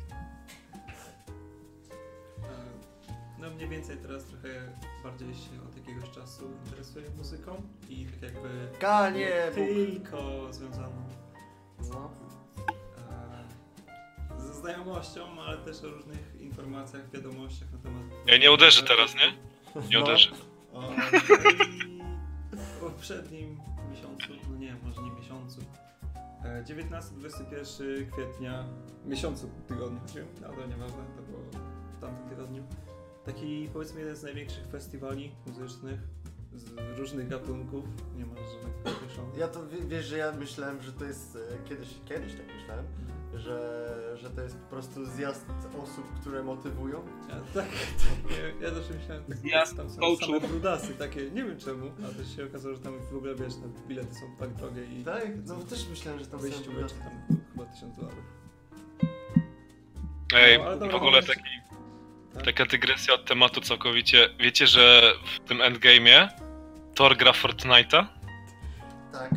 D: No mniej więcej teraz trochę bardziej się od jakiegoś czasu interesuję muzyką i tak jakby
B: Kanie,
D: tylko związaną
B: No.
D: ze znajomością, ale też o różnych informacjach, wiadomościach na temat...
C: Ej, nie uderzy teraz, nie? Nie
B: No.
C: uderzy.
D: I w poprzednim miesiącu, no nie, może nie miesiącu, 19-21 kwietnia, tygodniu, no to nieważne, to było w tamtym tygodniu, taki powiedzmy jeden z największych festiwali muzycznych z różnych gatunków, nie ma żadnych określonych.
B: Ja to wiesz, że ja myślałem, że to jest kiedyś tak myślałem, że to jest po prostu zjazd osób, które motywują.
D: Tak, ja też myślałem,
A: Zjazd
D: tam są
A: coachów.
D: same brudasy takie, nie wiem czemu, a też się okazało, że tam w ogóle wiesz, te bilety są tak drogie i
B: Tak? No też myślałem, że tam są
D: wyjścióweczki tam chyba $1000.
C: Ej,
D: No, ale
C: w
D: dobra,
C: ogóle
D: jeszcze-
C: taka dygresja od tematu całkowicie. Wiecie, że w tym endgame'ie Thor gra Fortnite'a?
B: Tak.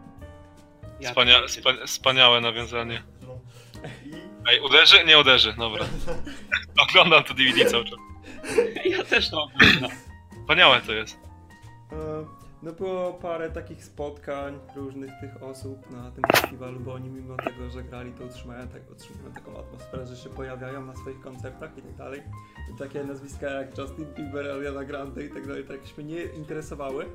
C: Wspaniałe nawiązanie.
B: No. I...
C: Ej, uderzy? Nie uderzy, dobra. Oglądam to DVD cały czas.
A: Ja też to oglądam.
C: Wspaniałe to jest.
D: No było parę takich spotkań różnych tych osób na tym festiwalu, bo oni mimo tego, że grali, to utrzymują taką atmosferę, że się pojawiają na swoich koncertach i tak dalej. I takie nazwiska jak Justin Bieber, Ariana Grande i tak dalej, tak jakieś mnie nie interesowały.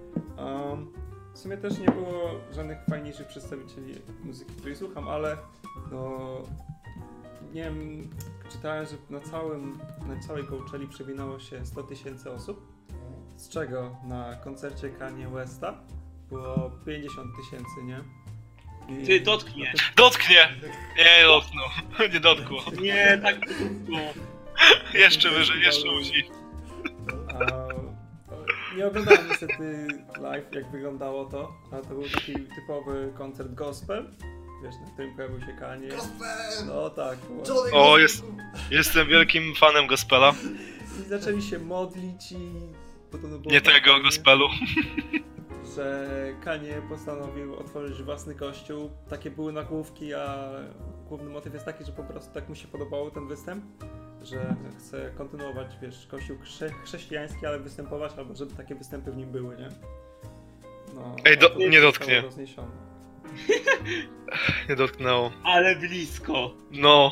D: W sumie też nie było żadnych fajniejszych przedstawicieli muzyki, której słucham, ale no nie wiem, czytałem, że na całej Coachelli przewinęło się 100 000 osób, z czego na koncercie Kanye Westa było 50 000, nie?
A: Ty dotknie.
C: Dotknie! Nie dotknął. Nie dotkło.
A: Nie, tak dotknął.
C: Jeszcze wyżej, jeszcze musi.
D: Nie oglądałem niestety live, jak wyglądało to, ale to był taki typowy koncert gospel, wiesz, na którym pojawił się Kanye.
B: Gospel!
D: No tak.
B: Johnny
C: O,
B: Gospel!
C: jestem wielkim fanem gospela.
D: I zaczęli się modlić i podobno było
C: Nie
D: tak
C: tego
D: fajnie,
C: gospelu.
D: że Kanye postanowił otworzyć własny kościół. Takie były nagłówki, a główny motyw jest taki, że po prostu tak mu się podobał ten występ, że chce kontynuować, wiesz, kościół chrześcijański, ale występować, albo żeby takie występy w nim były, nie? No,
C: Ej,
D: a to
C: nie
D: zostało
C: dotknie.
D: rozniesione.
C: Nie dotknęło.
A: Ale blisko.
C: No.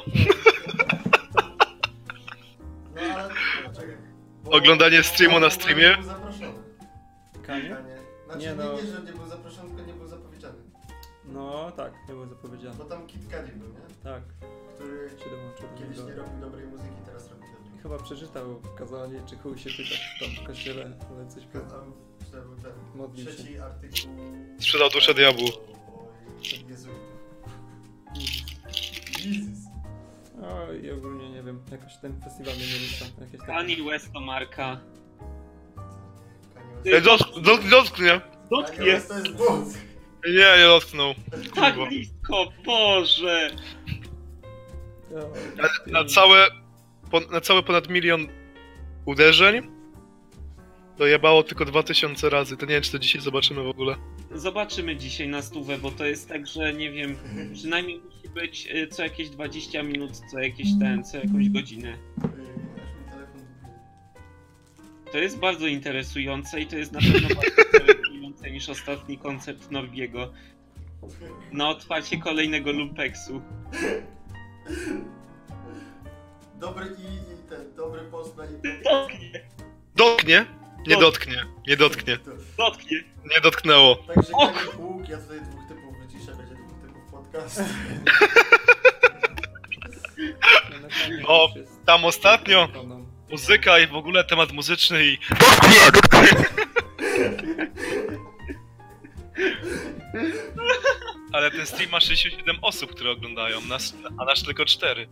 B: No ale, czekaj. Bo-
C: Oglądanie streamu na streamie?
B: Nie był zaproszony.
D: Kanye?
B: Znaczy
D: Nie, no.
B: nie, że nie był zaproszony, tylko nie był zapowiedziany.
D: No tak, nie było zapowiedziane.
B: Bo tam Kid Cudi był, nie?
D: Tak,
B: Który
D: się dołączył do
B: kiedyś
D: niego.
B: nie robił dobrej muzyki, teraz robi dobrej.
D: Chyba przeczytał kazanie, czy chuj się czyta tam w kościele, ale coś
B: A to był ten
D: Modlił się.
B: trzeci artykuł...
C: Sprzedał duszę diabłu.
B: Oj, jezuitów. Jezus.
D: O, i ogólnie nie wiem, jakoś ten festiwal mnie nie rusza. Jakieś takie...
A: Kanye West to marka.
B: Kanye
C: Ej, dotknie.
A: Dotknie.
B: West to jest błąd.
C: Nie dotknął.
A: Tak
C: Kurwa.
A: blisko, Boże.
D: O,
C: Na całe ponad 1 000 000 uderzeń dojebało tylko 2000 razy. To nie wiem, czy to dzisiaj zobaczymy w ogóle.
A: Zobaczymy dzisiaj na stówę, bo to jest tak, że nie wiem, przynajmniej musi być co jakieś 20 minut, co jakąś godzinę.
B: Aż mi telefon wybił.
A: To jest bardzo interesujące i to jest na pewno bardziej interesujące niż ostatni koncert Norbiego. Na otwarcie kolejnego Lumpeksu.
B: Dobry post na
A: Dotknie,
C: Dotknie? Nie dotknie. Nie dotknie.
A: dotknie.
C: Nie dotknęło.
B: Także Kanie Pług, ja tutaj dwóch typów wyciszę, będzie dwóch typów podcast.
C: O, tam ostatnio muzyka i w ogóle temat muzyczny i... Ale ten stream ma 67 osób, które oglądają, a nasz tylko 4.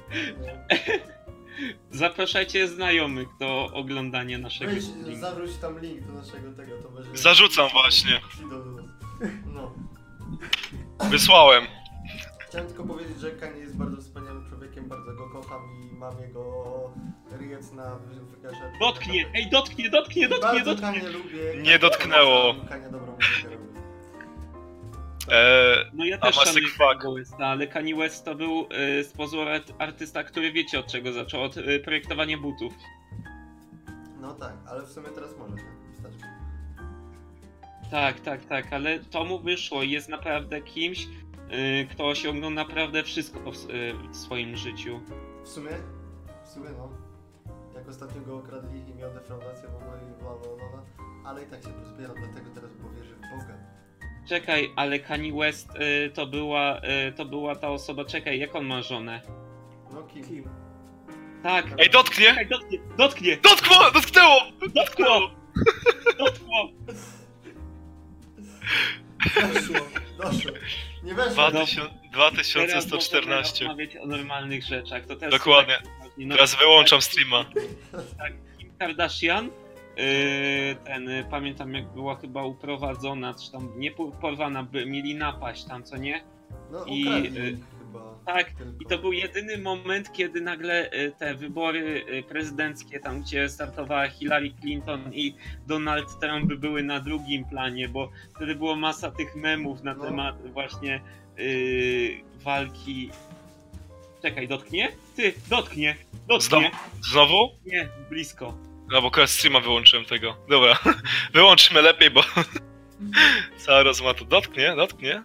A: Zapraszajcie znajomych do oglądania naszego
B: Weź,
A: streamu.
B: zawróć tam link do naszego tego, to będzie...
C: Zarzucam właśnie.
B: Idą do nas. No.
C: Wysłałem.
B: Chciałem tylko powiedzieć, że Kanye jest bardzo wspaniałym człowiekiem, bardzo go kocham i mam jego riec na wygaszaczu.
A: Dotknie, ej, dotknie, dotknie, dotknie,
B: Bardzo
A: dotknie.
B: Kanie lubię.
C: Nie dotknęło.
B: Kanie dobrą muzykę robi.
A: No ja
C: A
A: też
C: Masek
A: szanuję
C: Fuck.
A: Kanye Westa, ale Kanye West to był z pozoru artysta, który wiecie od czego zaczął, od projektowania butów.
B: No tak, ale w sumie teraz może, tak? Wystarczy.
A: Tak, ale to mu wyszło i jest naprawdę kimś, kto osiągnął naprawdę wszystko w swoim życiu.
B: W sumie no. Jak ostatnio go okradli i miał defraudację w ogóle i bla bla bla, ale i tak się pozbierał, dlatego teraz powierzy w Boga.
A: Czekaj, ale Kanye West to była ta osoba, czekaj, jak on ma żonę?
B: No kim?
A: Tak,
C: Ej, dotknie!
A: czekaj, dotknie,
C: Dotkło! Dotknęło!
A: dotkło, dotkło.
B: Doszło. Nie weszło.
C: 2114.
A: Teraz możemy rozmawiać o normalnych rzeczach, to też
C: Dokładnie.
A: No,
C: Teraz wyłączam streama.
A: Tak, Kim Kardashian, pamiętam jak była chyba uprowadzona, czy tam nie porwana, mieli napaść tam, co nie?
B: No
A: I,
B: ukradli chyba.
A: Tak,
B: tylko.
A: i to był jedyny moment, kiedy nagle te wybory prezydenckie, tam gdzie startowała Hillary Clinton i Donald Trump były na drugim planie, bo wtedy było masa tych memów na
B: No.
A: temat właśnie walki. Czekaj, dotknie? Ty, dotknie!
C: Znowu?
A: Nie, blisko.
C: No bo akurat streama wyłączyłem tego. Dobra, wyłączmy lepiej, bo cała rozmowa to dotknie.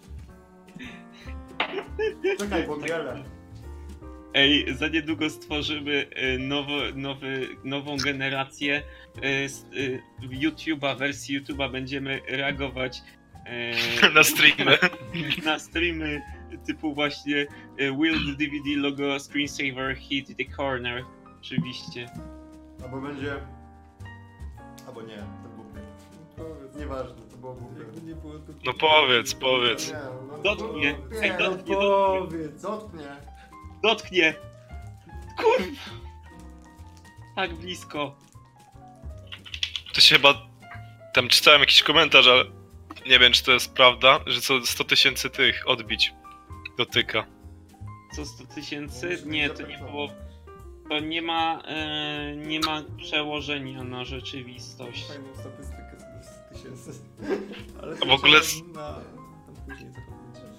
B: Czekaj, bo miele.
A: Ej, za niedługo stworzymy nową generację YouTube'a, wersji YouTube'a będziemy reagować
C: Na streamy.
A: na streamy typu właśnie will the DVD logo screensaver hit the corner, oczywiście.
B: Albo będzie... Albo nie, to głupie.
D: Powiedz.
B: Nieważne, to było głupie.
D: Jakby nie było to...
C: No powiedz.
B: Nie, no,
A: Dotknie.
B: no,
A: Ej,
B: nie,
A: dotknie.
B: powiedz, dotknie.
A: Dotknie! Kurwa! Tak blisko.
C: To się chyba... Tam czytałem jakiś komentarz, ale nie wiem, czy to jest prawda, że co 100 000 tych odbić dotyka.
A: Co 100 000?
B: Musi
A: Nie,
B: być
A: to nie
B: zapraszane.
A: było. To nie ma przełożenia na rzeczywistość.
D: Fajną statystykę z 1000. Ale
C: A w ogóle
D: na... Tam później zachować.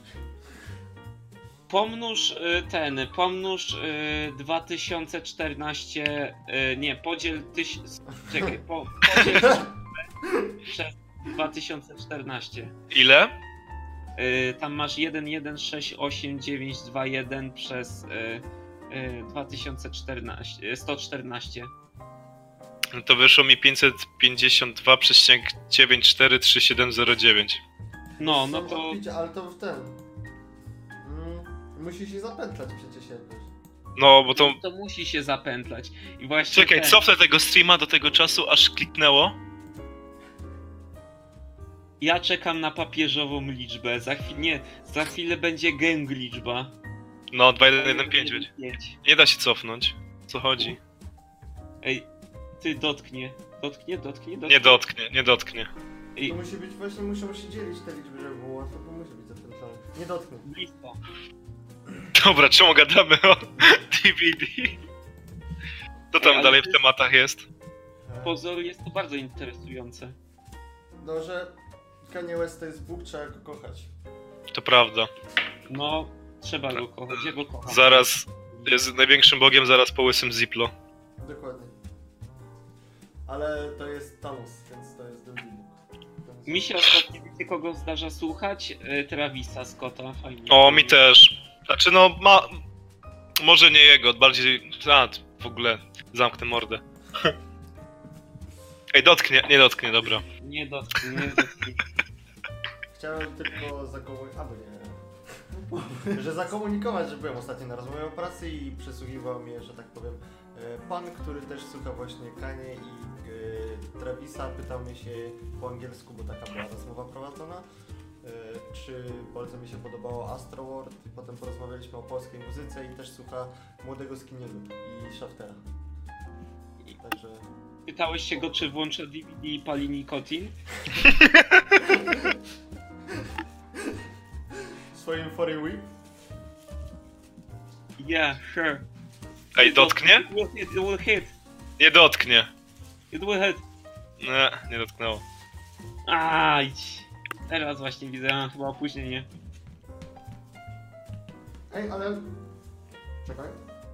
A: Pomnóż 2014, nie, podziel czekaj, podziel przez 2014.
C: Ile?
A: Tam masz 1,168,921 przez 114.
C: No to wyszło mi 552,943,709.
A: No
B: Są
A: to
B: odbicia, ale to w ten... Musisz się zapętlać przecież jakoś.
C: No, bo to...
A: to musi się zapętlać. I właśnie
C: Czekaj, cofnę tego streama do tego czasu, aż kliknęło.
A: Ja czekam na papieżową liczbę. Za chwilę będzie gang liczba.
C: No, 2115 będzie.
A: 5.
C: Nie da się cofnąć. Co chodzi?
A: Ej, ty dotknie.
C: Nie dotknie.
A: Ej,
B: To musi być właśnie, muszą się dzielić te liczby, żeby było łatwo, bo musi być zapętlone. Nie dotknę.
A: blisko.
C: Dobra, czemu gadamy o DVD? Co tam
A: Ale
C: dalej
A: to
C: w
A: jest-
C: tematach jest?
A: Z pozoru jest to bardzo interesujące.
B: No, że Kanye West to jest Bóg, trzeba go kochać.
C: To prawda.
A: No, trzeba go kochać, ja go kocham.
C: Zaraz jest największym bogiem zaraz po łysym Ziplo.
B: Dokładnie. Ale to jest Thanos, więc to jest drugi Bóg.
A: Mi się ostatnio, wiecie kogo zdarza słuchać? Travisa Scotta, fajnie.
C: O, mi też. Znaczy no, może nie jego, bardziej... w ogóle zamknę mordę. Ej, nie dotknie, dobra.
A: Nie dotknij.
B: Chciałem tylko zakomunikować, albo nie, że zakomunikować, że byłem ostatnio na rozmowie o pracy i przesłuchiwał mnie, że tak powiem, pan, który też słucha właśnie Kanye i Travisa, pytał mnie się po angielsku, bo taka była rozmowa prowadzona, czy bardzo mi się podobało Astro World, potem porozmawialiśmy o polskiej muzyce i też słucha Młodego Skiniego i Shaftera. Także...
A: Pytałeś się go, czy włącza DVD i pali nikotin?
B: Swoim Foreign Whip?
A: Yeah, sure.
C: Ej, dotknie?
A: It will hit.
C: Nie dotknie.
A: It will hit.
C: Nie dotknęło.
A: Aj. Teraz właśnie widzę, chyba opóźnienie.
B: Ej, ale... Czekaj.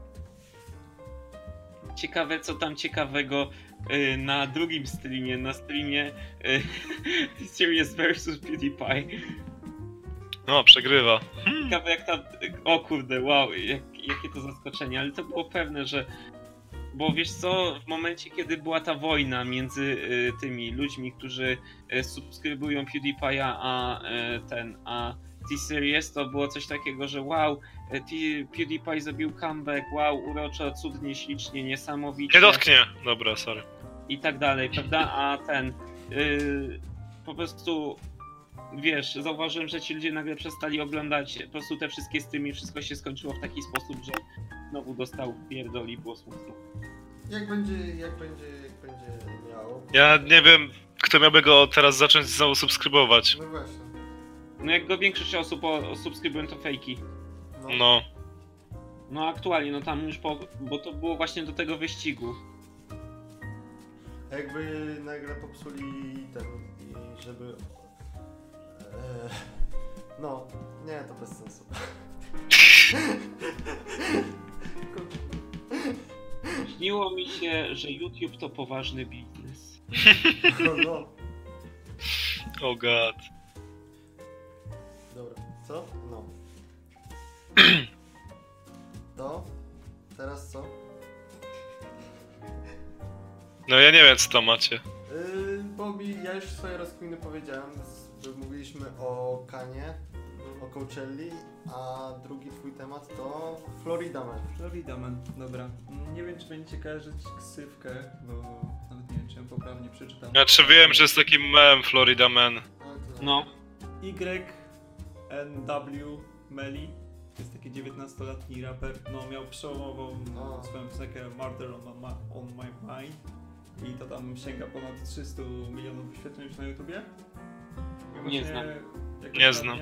A: Ciekawe, co tam ciekawego na drugim streamie, na streamie Serious vs PewDiePie.
C: No, przegrywa.
A: Ciekawe jak tam... O kurde, wow, jakie to zaskoczenie, ale to było pewne, że... Bo wiesz co, w momencie kiedy była ta wojna między tymi ludźmi, którzy subskrybują PewDiePie'a, a T-Series, to było coś takiego, że wow, PewDiePie zrobił comeback, wow, uroczo, cudnie, ślicznie, niesamowicie.
C: Nie dotknie. Dobra, sorry.
A: I tak dalej, prawda? A po prostu, wiesz, zauważyłem, że ci ludzie nagle przestali oglądać po prostu te wszystkie streamy, wszystko się skończyło w taki sposób, że znowu dostał pierdoli, było smutno.
B: Jak będzie miał.
C: Ja nie wiem, kto miałby go teraz zacząć znowu subskrybować.
B: No właśnie.
A: No jak go większość osób subskrybują, to fejki.
C: No.
A: No aktualnie, no tam już bo to było właśnie do tego wyścigu.
B: A jakby nagle popsuli ten i żeby... no, nie, to bez sensu.
A: Śniło mi się, że YouTube to poważny biznes.
B: No.
C: Oh god.
B: Dobra, co? No. To? Teraz co?
C: No ja nie wiem co tam macie.
B: Ja już swoje rozkminy powiedziałem. Mówiliśmy o Kanie, o Coachelli, a drugi twój temat to Florida Man.
D: Florida Man, dobra. Nie wiem, czy będziecie kojarzyć ksywkę, bo nawet nie wiem, czy ją poprawnie przeczytam.
C: Znaczy wiem, że jest taki mem Florida Man.
B: Ale to-
A: No,
D: YNW Melly. To jest taki 19-letni raper. No, miał przełomową swoją piosenkę Murder on My Mind. I to tam sięga ponad 300 milionów wyświetleń już na YouTubie. I
A: Nie znam.
C: Nie znam.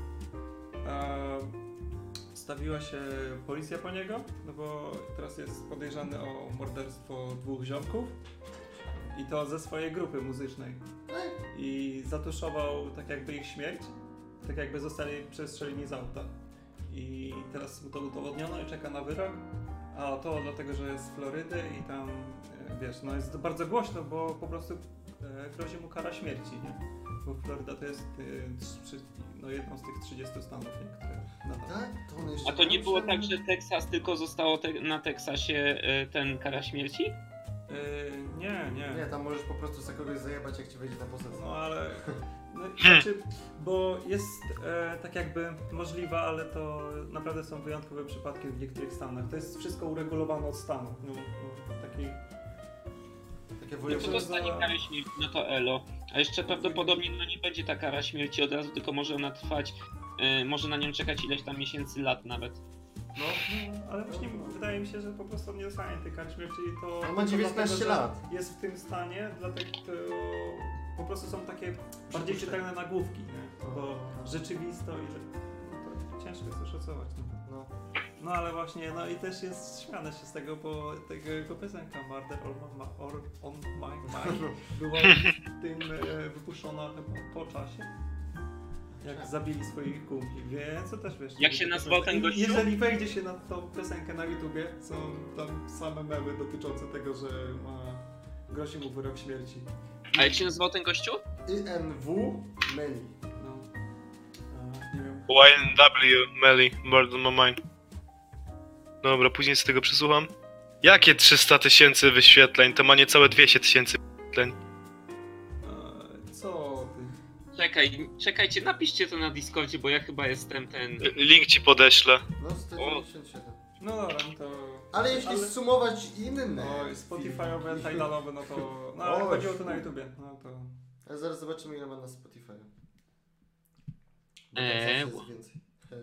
D: Stawiła się policja po niego, no bo teraz jest podejrzany o morderstwo 2 ziomków. I to ze swojej grupy muzycznej. I zatuszował tak jakby ich śmierć, tak jakby zostali przestrzeleni z auta. I teraz mu to udowodniono i czeka na wyrok. A to dlatego, że jest z Florydy i tam, wiesz, no jest bardzo głośno, bo po prostu grozi mu kara śmierci, nie? Bo Floryda to jest no, jedną z tych 30 stanów, nie? Które nadal...
B: Tak? To on jeszcze
A: a to nie było
B: pierwszy?
A: tak, że Teksas tylko zostało na Teksasie ten kara śmierci?
B: Nie, tam możesz po prostu za kogoś zajebać, jak ci wejdzie na posesję.
D: No ale... No, znaczy, bo jest tak jakby możliwe, ale to naprawdę są wyjątkowe przypadki w niektórych stanach. To jest wszystko uregulowane od stanu. No, takie
B: Takie
A: No to
B: województwo.
A: dostanie karę śmierci, no to elo. A jeszcze prawdopodobnie no nie będzie ta kara śmierci od razu, tylko może ona trwać, może na nią czekać ileś tam miesięcy, lat nawet.
B: No.
D: ale właśnie wydaje mi się, że po prostu on nie dostanie tej kary śmierci i to...
B: On ma
D: tylko
B: 19
D: dlatego, że
B: lat.
D: Jest w tym stanie, dlatego to po prostu są takie bardziej czytelne nagłówki, nie? Bo rzeczywisto i no to ciężko jest to szacować.
B: No.
D: No ale właśnie, no i też jest śmiane się z tego, bo jego piosenka Murder on My Mind była w tym wypuszczona chyba po czasie, jak zabili swoich kumpli, więc to też wiesz...
A: Jak się nazywał ten gościu?
D: Jeżeli wejdzie się na tą piosenkę na YouTubie, są tam same memy dotyczące tego, że grozi mu wyrok śmierci.
A: A jak się nazywał ten gościu?
B: INW Meli.
D: No. Nie wiem.
C: YNW Melly, Murder on My Mind. Dobra, później z tego przesłucham. Jakie 300 000 wyświetleń? To ma niecałe 200 000 wyświetleń.
D: Co ty?
A: Czekajcie, napiszcie to na Discordzie, bo ja chyba jestem ten...
C: Link ci podeślę.
B: No 197.
D: No dobra, no to...
B: Ale jeśli sumować inne...
D: No, Spotify'owe, Tidalowe, no to... No ale
B: Oj.
D: chodziło to na YouTubie, no to...
B: A zaraz zobaczymy, ile ma na Spotify.
A: Eee,
B: Jest więcej.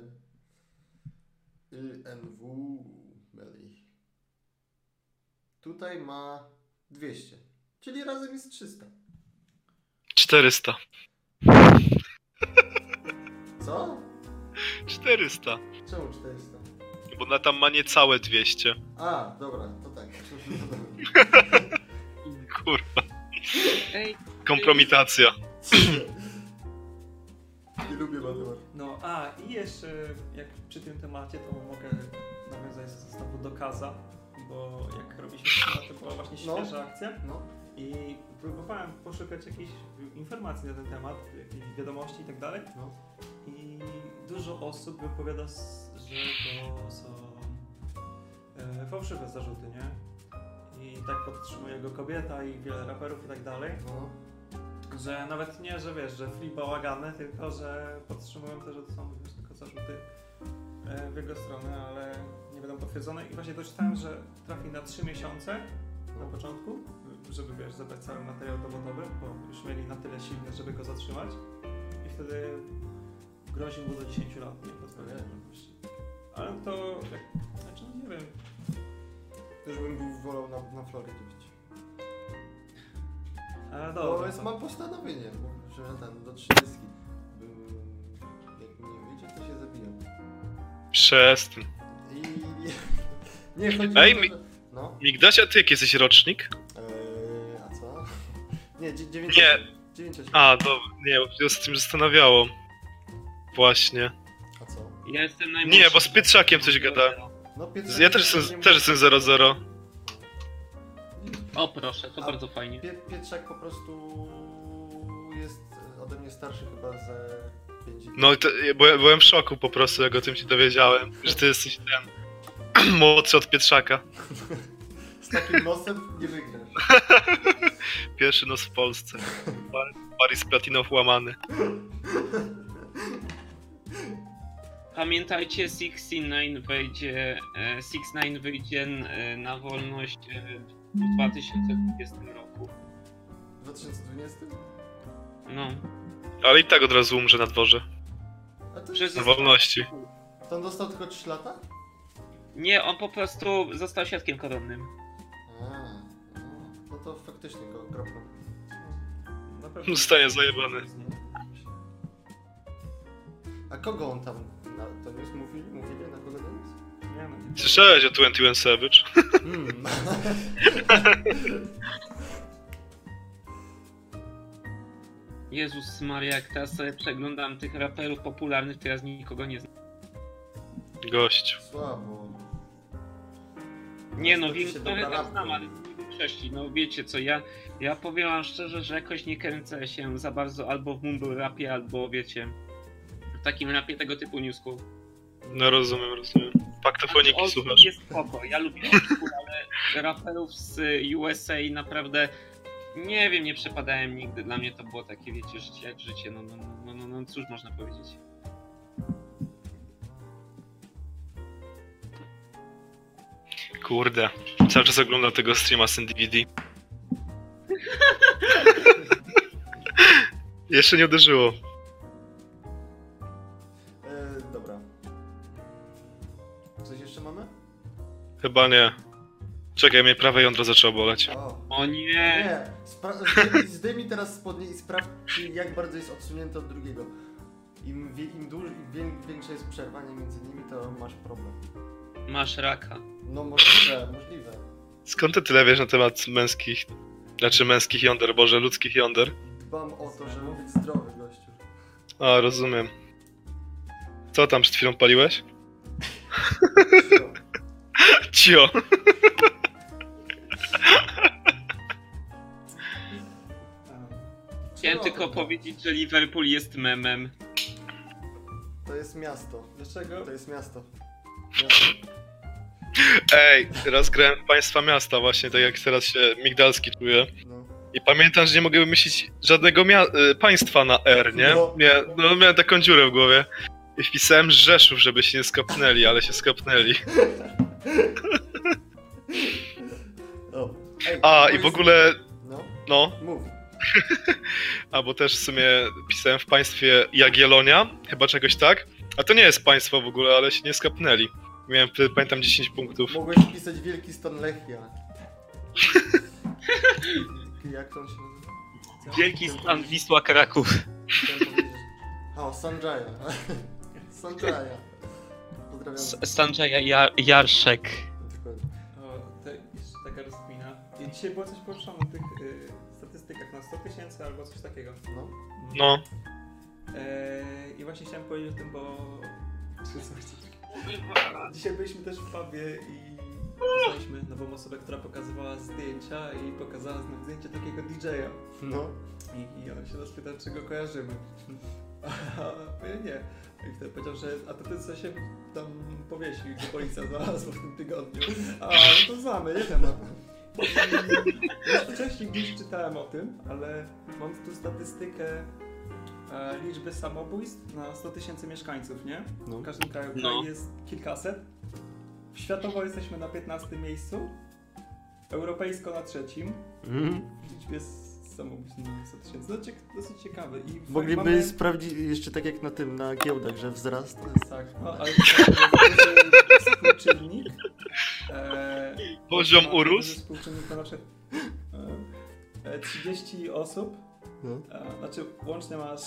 B: INW Meli. Tutaj ma 200. Czyli razem jest 300.
C: 400.
B: Co?
C: 400.
B: Czemu 400?
C: Bo ona tam ma niecałe 200.
B: A, dobra, to tak.
C: Kurwa.
A: Ej,
C: Kompromitacja.
B: Nie lubię matematyki.
D: No, a i jeszcze jak przy tym temacie, to mogę nawiązać znowu do Kaza, bo jak robiliśmy to była właśnie świeża akcja
B: No.
D: i próbowałem poszukać jakichś informacji na ten temat, jakichś wiadomości i tak dalej.
B: No.
D: I dużo osób wypowiada, że to są fałszywe zarzuty, nie? I tak podtrzymuje go kobieta i wiele raperów i tak dalej.
B: No.
D: Że nawet nie, że wiesz, że flip bałagany, tylko że podtrzymują to, że to są wiesz, tylko zarzuty w jego stronę, ale nie będą potwierdzone. I właśnie doczytałem, że trafi na 3 miesiące na początku, żeby wiesz, zebrać cały materiał dowodowy, bo już mieli na tyle silne, żeby go zatrzymać. I wtedy grozi mu do 10 lat, nie pozbawienia. Ale to, znaczy nie wiem.
B: Też bym wolał na Florydzie być.
D: Ale
B: Bo
D: dobra.
B: jest, mam postanowienie, że ten do 30. Jak nie wyjdzie, to się zabijam.
C: Przestań.
B: I... Nie, chodzi
C: Ej,
B: o to, że... No.
C: Migdasia, ty jaki jesteś rocznik?
B: A co? Nie, 9.
C: Nie.
B: 9.
C: A, dobra, nie, bo się z tym zastanawiało. Właśnie.
B: A co?
A: ja jestem najmłodszy.
C: Nie, bo z Pietrzakiem coś gada.
B: No, Pietrek
C: Ja też jestem 00.
A: O proszę, to bardzo fajnie.
B: Pietrzak po prostu jest ode mnie starszy chyba ze 5 lat.
C: No byłem w szoku po prostu, jak o tym się dowiedziałem, że ty jesteś ten młodszy od Pietrzaka.
B: Z takim nosem nie wygrasz.
C: Pierwszy nos w Polsce. Paris Platinow łamany.
A: Pamiętajcie, 6ix9ine wyjdzie na wolność w 2020 roku.
B: W 2020?
A: No.
C: Ale i tak od razu umrze na dworze.
B: A to
A: Przez-
C: Na wolności.
B: To on dostał tylko 3 lata?
A: Nie, on po prostu został świadkiem koronnym.
B: No to faktycznie kropka.
D: Na pewno
C: Zostanie zajebany.
B: A kogo on tam to jest? Mówili na kogo to jest?
D: Nie, no nie.
C: Słyszałeś o 21 Savage?
A: Jezus Maria, jak teraz sobie przeglądam tych raperów popularnych, to ja z nikogo nie znam.
C: Gość.
B: Słabo.
A: Nie no,
B: Nastawi się
A: trochę
B: dobra
A: tak znam,
B: lampka.
A: ale nie większości. No wiecie co, ja powiem wam szczerze, że jakoś nie kręcę się za bardzo albo w mumble rapie, albo wiecie, w takim rapie tego typu new school.
C: No rozumiem. Paktofoniki
A: Old school
C: słuchasz.
A: jest spoko, ja lubię old school, ale raperów z USA naprawdę nie wiem, nie przepadałem nigdy. Dla mnie to było takie, wiecie, życie jak życie, no cóż można powiedzieć.
C: Kurde. Cały czas oglądam tego streama z DVD. Jeszcze nie uderzyło.
B: Dobra. Coś jeszcze mamy?
C: Chyba nie. Czekaj, mnie prawe jądro zaczęło boleć.
A: O nie!
B: Nie. Zdejmij teraz spodnie i sprawdź, jak bardzo jest odsunięte od drugiego. Im większa jest przerwanie między nimi, to masz problem.
A: Masz raka.
B: No możliwe.
C: Skąd ty tyle wiesz na temat męskich... Znaczy męskich jąder, boże, ludzkich jąder?
B: Dbam o to, żeby być zdrowy, gościu.
C: A, rozumiem. Co tam przed chwilą paliłeś? Cio.
A: Chciałem tylko powiedzieć, że Liverpool jest memem.
B: To jest miasto.
D: Dlaczego?
B: To jest miasto.
C: Ej, teraz grałem Państwa Miasta właśnie, tak jak teraz się Migdalski czuję.
B: No.
C: I pamiętam, że nie mogę wymyślić żadnego państwa na R, nie?
B: No.
C: Miałem taką dziurę w głowie. I wpisałem Rzeszów, żeby się nie skapnęli, ale się skapnęli.
B: O. Ej,
C: A,
B: to
C: i w
B: jest-
C: ogóle,
B: No,
C: no,
B: mów.
C: a bo też w sumie pisałem w państwie Jagiellonia, chyba czegoś tak. A to nie jest państwo w ogóle, ale się nie skapnęli. Miałem wtedy, pamiętam, 10 punktów.
B: Mogłeś pisać Wielki Stan Lechia. Jak to on się nazywa?
A: Wielki stan Wisła Kraków.
B: Chciałem powiedzieć. O, Sanjaya. Sanjaya. Pozdrawiam.
A: Sanjaya Jarszek.
B: Dokładnie.
D: O, to jeszcze taka rozkmina. I dzisiaj było coś poruszone o tych statystykach na 100 000 albo coś takiego.
B: No.
C: No,
D: I właśnie chciałem powiedzieć o tym, bo... Dzisiaj byliśmy też w pubie i poznaliśmy nową osobę, która pokazywała zdjęcia i pokazała nam zdjęcie takiego DJ-a.
B: No.
D: I on się nas pytał, czy go kojarzymy. A ja nie. I wtedy powiedział, że a to ty co się tam powiesił, że policja znalazła w tym tygodniu. A no to znamy, nie temat. Już wcześniej gdzieś czytałem o tym, ale mam tu statystykę liczby samobójstw na 100 000 mieszkańców, nie?
B: No.
D: W każdym kraju
A: No.
D: jest kilkaset. Światowo jesteśmy na 15 miejscu. Europejsko na 3. W liczbie samobójstw na 100 000. Dosyć ciekawe. I
B: Mogliby
D: mamy...
B: sprawdzić jeszcze tak jak na giełdach, że wzrast.
D: Tak, no, ale to jest współczynnik.
C: Poziom
D: to
C: urósł.
D: jest Współczynnik na przykład 30 osób,
B: No.
D: znaczy łącznie masz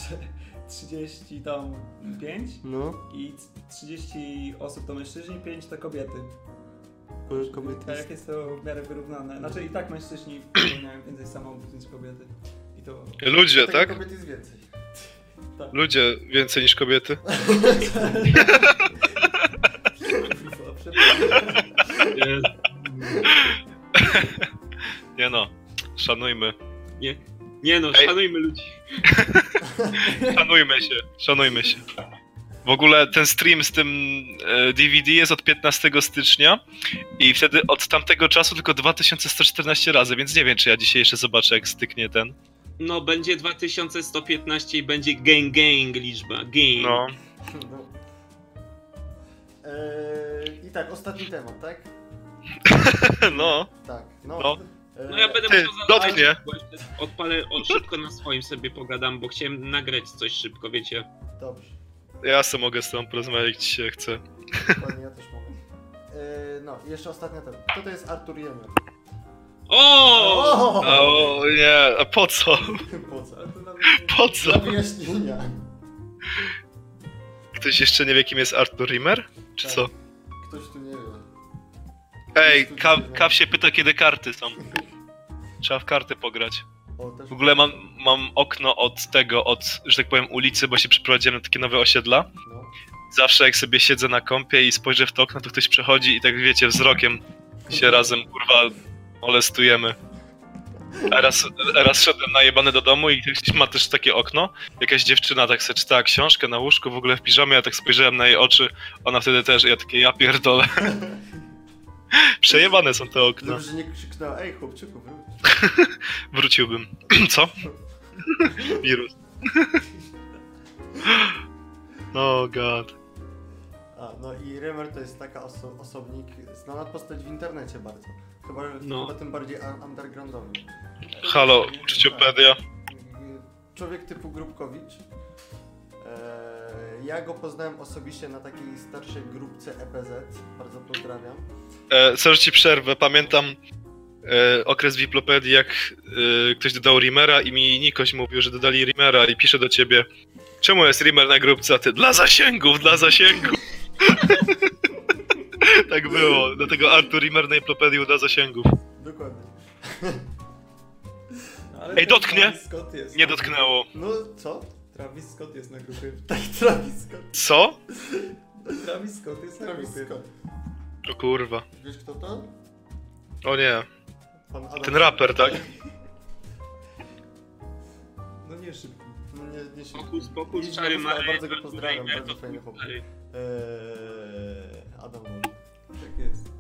D: 35
B: No.
D: i 30 osób to mężczyźni, 5 to kobiety.
B: Kobiety.
D: Tak jak jest to w miarę wyrównane. Znaczy i tak mężczyźni popełniają więcej samobójstw niż kobiety. I to...
C: ludzie, tak?
B: Kobiet jest więcej.
D: Tak.
C: Ludzie więcej niż kobiety.
D: Kurwa, przepraszam.
C: Nie no, szanujmy.
A: Nie no,
C: Ej.
A: szanujmy ludzi.
C: Szanujmy się. W ogóle ten stream z tym DVD jest od 15 stycznia i wtedy od tamtego czasu tylko 2114 razy, więc nie wiem, czy ja dzisiaj jeszcze zobaczę, jak styknie ten.
A: No, będzie 2115 i będzie gang liczba. Gang.
C: No.
B: No. I tak, ostatni temat, tak?
C: No.
B: Tak,
C: No.
A: No ja będę
C: Ty,
A: musiał
C: dotknie.
A: bo jeszcze odpalę szybko na swoim sobie pogadam, bo chciałem nagrać coś szybko, wiecie.
B: Dobrze,
C: Ja sobie mogę z tobą porozmawiać, jak ci się chce.
B: dokładnie, ja też mogę. No, i jeszcze ostatnia temat. Kto to jest Artur Jemer?
A: O!
C: O nie, a po co?
B: Po co?
D: Ale to nawet
C: Po
B: Dla
C: co?
B: wyjaśnienia.
C: Ktoś jeszcze nie wie, kim jest Artur Rimmer? Czy
B: Tak.
C: co?
B: Ktoś tu nie wie.
C: Ej, Kaw się pyta, kiedy karty są. Trzeba w karty pograć.
B: O, też
C: W ogóle mam okno od, że tak powiem, ulicy, bo się przeprowadziłem na takie nowe osiedla.
B: No.
C: Zawsze jak sobie siedzę na kąpie i spojrzę w to okno, to ktoś przechodzi i tak wiecie, wzrokiem się razem, kurwa, molestujemy. A raz szedłem najebany do domu i ktoś ma też takie okno. Jakaś dziewczyna tak sobie czytała książkę na łóżku, w ogóle w piżamie, ja tak spojrzałem na jej oczy, ona wtedy też, i ja takie, ja pierdolę. Przejebane są te okna.
B: Dobrze, że nie krzyknęła, ej chłopczyku, wróć.
C: Wróciłbym. Co? Wirus. Oh god.
B: No i Rimmer to jest taka osobnik, znana postać w internecie bardzo. Chyba tym bardziej undergroundowym.
C: Halo, uczciopedia.
B: Człowiek typu Grupkowicz. Ja go poznałem osobiście na takiej starszej grupce EPZ. Bardzo pozdrawiam.
C: Sorry, ci przerwę. Pamiętam okres Wiplopedii, jak ktoś dodał Rimmera i mi Nikoś mówił, że dodali Rimmera i pisze do ciebie: czemu jest Rimmer na grupce? A ty, dla zasięgów, dla zasięgów. Tak było. Dlatego Artur Rimmer na Wiplopedii dla zasięgów.
B: Dokładnie.
D: Ale
C: Ej,
D: ten
C: dotknie?
D: Travis Scott jest
C: Nie
D: na
C: dotknęło.
B: No co?
D: grupie. Travis Scott jest na grupie.
B: Tak, Travis Scott.
C: Co?
D: Travis Scott jest na
B: Travis
D: grupie.
B: Scott.
C: O kurwa.
B: Wiesz kto to?
C: O nie.
B: Pan Adam.
C: Ten raper, tak?
D: No nie szybko.
B: No nie się...
A: Spokój,
B: Idź
A: czary
B: na usta,
A: Mary,
B: bardzo go pozdrawiam,
A: Rimmer,
B: bardzo
A: to
B: fajny chłopak.
A: stary.
B: Adam Wol.
D: Tak jest.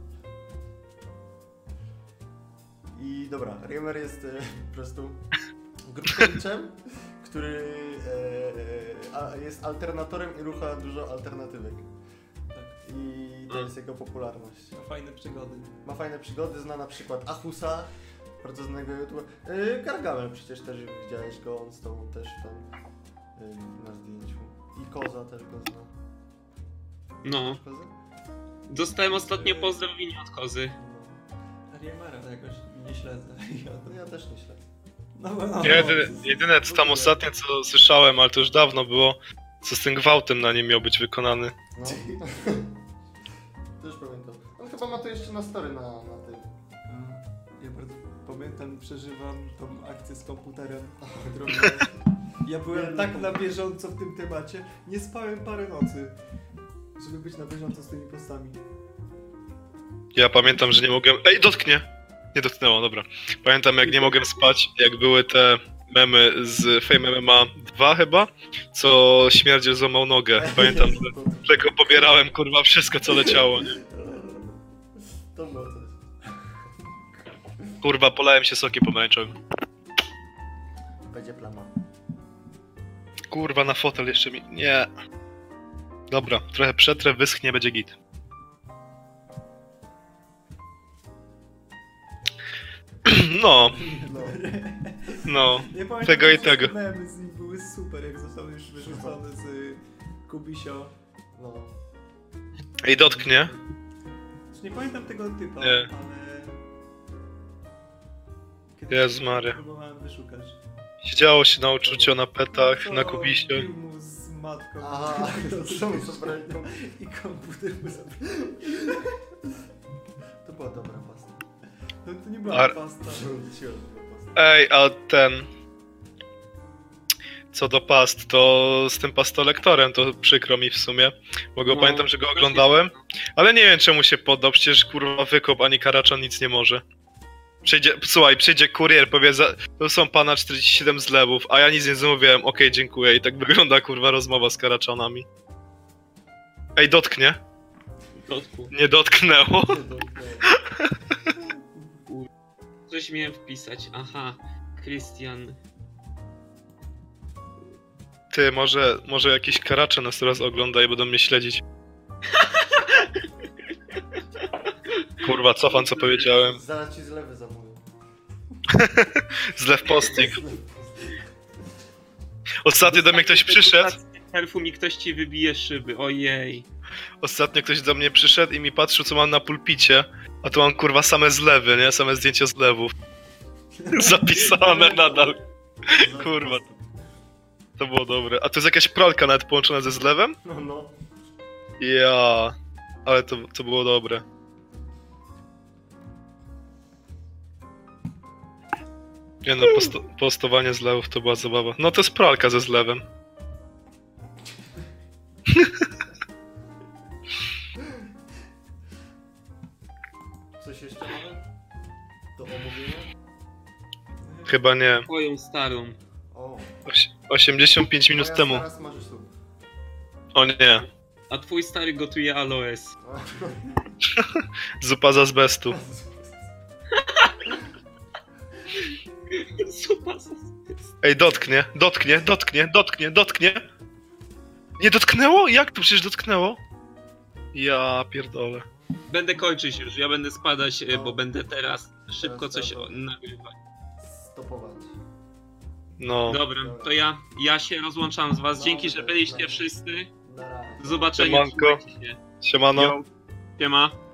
B: I dobra, Rimmer jest po prostu grupkowiczem, który jest alternatorem i rucha dużo alternatywek.
D: Tak.
B: I to jest jego popularność.
D: Ma fajne przygody.
B: Ma fajne przygody, zna na przykład Achusa, bardzo znanego YouTube'a. Gargamel przecież też widziałeś go, on z tobą też tam na zdjęciu. I Koza też go zna.
A: No,
B: Kozy?
A: dostałem ostatnio pozdrowienie od kozy.
B: No.
D: Riemera jakoś nie śledzę.
B: No ja też nie śledzę.
D: No.
C: Jedyne co tam ostatnio co słyszałem, ale to już dawno było, co z tym gwałtem na nim miał być wykonany.
B: No. Też pamiętam. On chyba ma to jeszcze na story na tym.
D: Ja bardzo pamiętam, przeżywam tą akcję z komputerem. Ja byłem tak na bieżąco w tym temacie. Nie spałem parę nocy, żeby być na bieżąco z tymi postami.
C: Ja pamiętam, że nie mogłem... Ej, dotknie! Nie dotknęło, dobra. Pamiętam, jak nie mogłem spać, jak były te memy z Fame MMA 2 chyba, co śmierdziel złamał nogę. Pamiętam, że go pobierałem, kurwa, wszystko co leciało, nie?
B: To było coś.
C: Kurwa, polałem się sokiem pomarańczowym.
B: Będzie plama.
C: Kurwa, na fotel jeszcze mi... Nie. Dobra, trochę przetrę, wyschnie, będzie git. No,
B: No.
C: no.
D: Nie pamiętam,
C: Tego i
D: te
C: tego.
D: memy z nich były super, jak zostały już wyrzucone z Kubisio.
B: No.
C: Ej, dotknie.
D: Już nie pamiętam tego typa,
C: Nie.
D: ale... Kiedyś
C: Jezus Maria.
D: próbowałem wyszukać.
C: Siedziało się na uczuciu, na petach,
D: Co
C: na kubisie.
D: bił mu z matką.
B: Aha, to mu zabrali.
D: I komputer mu zabrali.
B: To była dobra pasta.
D: No to nie była pasta.
C: Ej, a ten... Co do past, to z tym pastolektorem to przykro mi w sumie, bo go
A: No,
C: pamiętam, że go oglądałem, ale nie wiem czemu się poddał, przecież kurwa wykop ani karaczan nic nie może. Przyjdzie kurier, powie, to są pana 47 zlewów, a ja nic nie zamówiłem, okej, dziękuję. I tak wygląda, kurwa, rozmowa z karaczanami. Ej, dotknie?
A: Dotku.
C: Nie dotknęło.
A: Coś miałem wpisać. Aha. Christian.
C: Ty, może jakiś karacze nas teraz ogląda i będą mnie śledzić. Kurwa, cofam co powiedziałem.
B: Zaraz ci zlewy zamówię.
C: Zlew posting. Ostatnio do mnie ktoś przyszedł.
A: Perfum i ktoś ci wybije szyby. Ojej.
C: Ostatnio ktoś do mnie przyszedł i mi patrzył co mam na pulpicie. A tu mam kurwa same zlewy, nie? Same zdjęcia zlewów. Zapisane nadal. Kurwa. To było dobre. A to jest jakaś pralka nawet połączona ze zlewem?
B: No.
C: Ja. Ale to było dobre. Nie no, postowanie zlewów to była zabawa. No to jest pralka ze zlewem.
B: Coś jeszcze mamy? Do omówienia?
C: Chyba nie.
A: Twoją starą.
B: O.
C: 85 minut
B: Moja
C: temu.
B: stara smaży sup.
C: O nie.
A: A twój stary gotuje aloes.
C: Zupa z azbestu.
A: Zupa z...
C: Ej, dotknie. Nie dotknęło? Jak to przecież dotknęło? Ja pierdolę.
A: Będę kończyć już, ja będę spadać, bo będę teraz szybko coś
B: Teraz
A: nagrywać.
B: Stopować.
C: No.
A: Dobra, to ja się rozłączam z was. Dzięki, że byliście wszyscy.
B: Na razie.
A: Do zobaczenia.
C: Siemanko.
A: Trzymajcie się.
C: Siemano.
A: Yo. Siema.